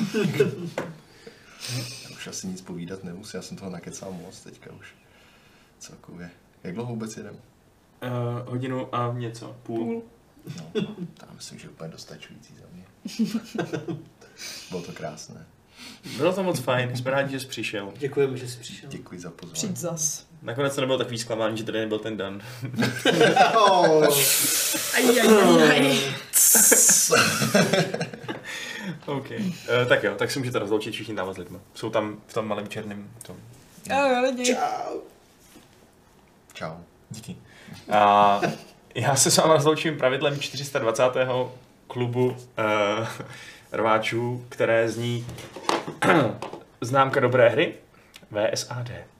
Já už asi nic povídat nemusím, já jsem toho nakecal moc teďka už. Celkově. Jak dlouho vůbec jedem? Hodinu a něco, půl. No, to myslím, že úplně dostačující za mě. Bylo to krásné. Bylo to moc fajn, jsme rádi, že jsi přišel. Děkujeme, že jsi přišel. Děkuji za pozvání. Přijď zas. Nakonec to nebylo takový zklamání, že tady nebyl ten Dan. OK. Tak jo, tak si můžete rozloučit všichni dávat s lidmi. Jsou tam v tom malém černém tom. Jo, lidi. Čau. Čau. Díky. A já se s vámi rozloučím pravidlem 420. klubu rváčů, které zní známka dobré hry VSAD.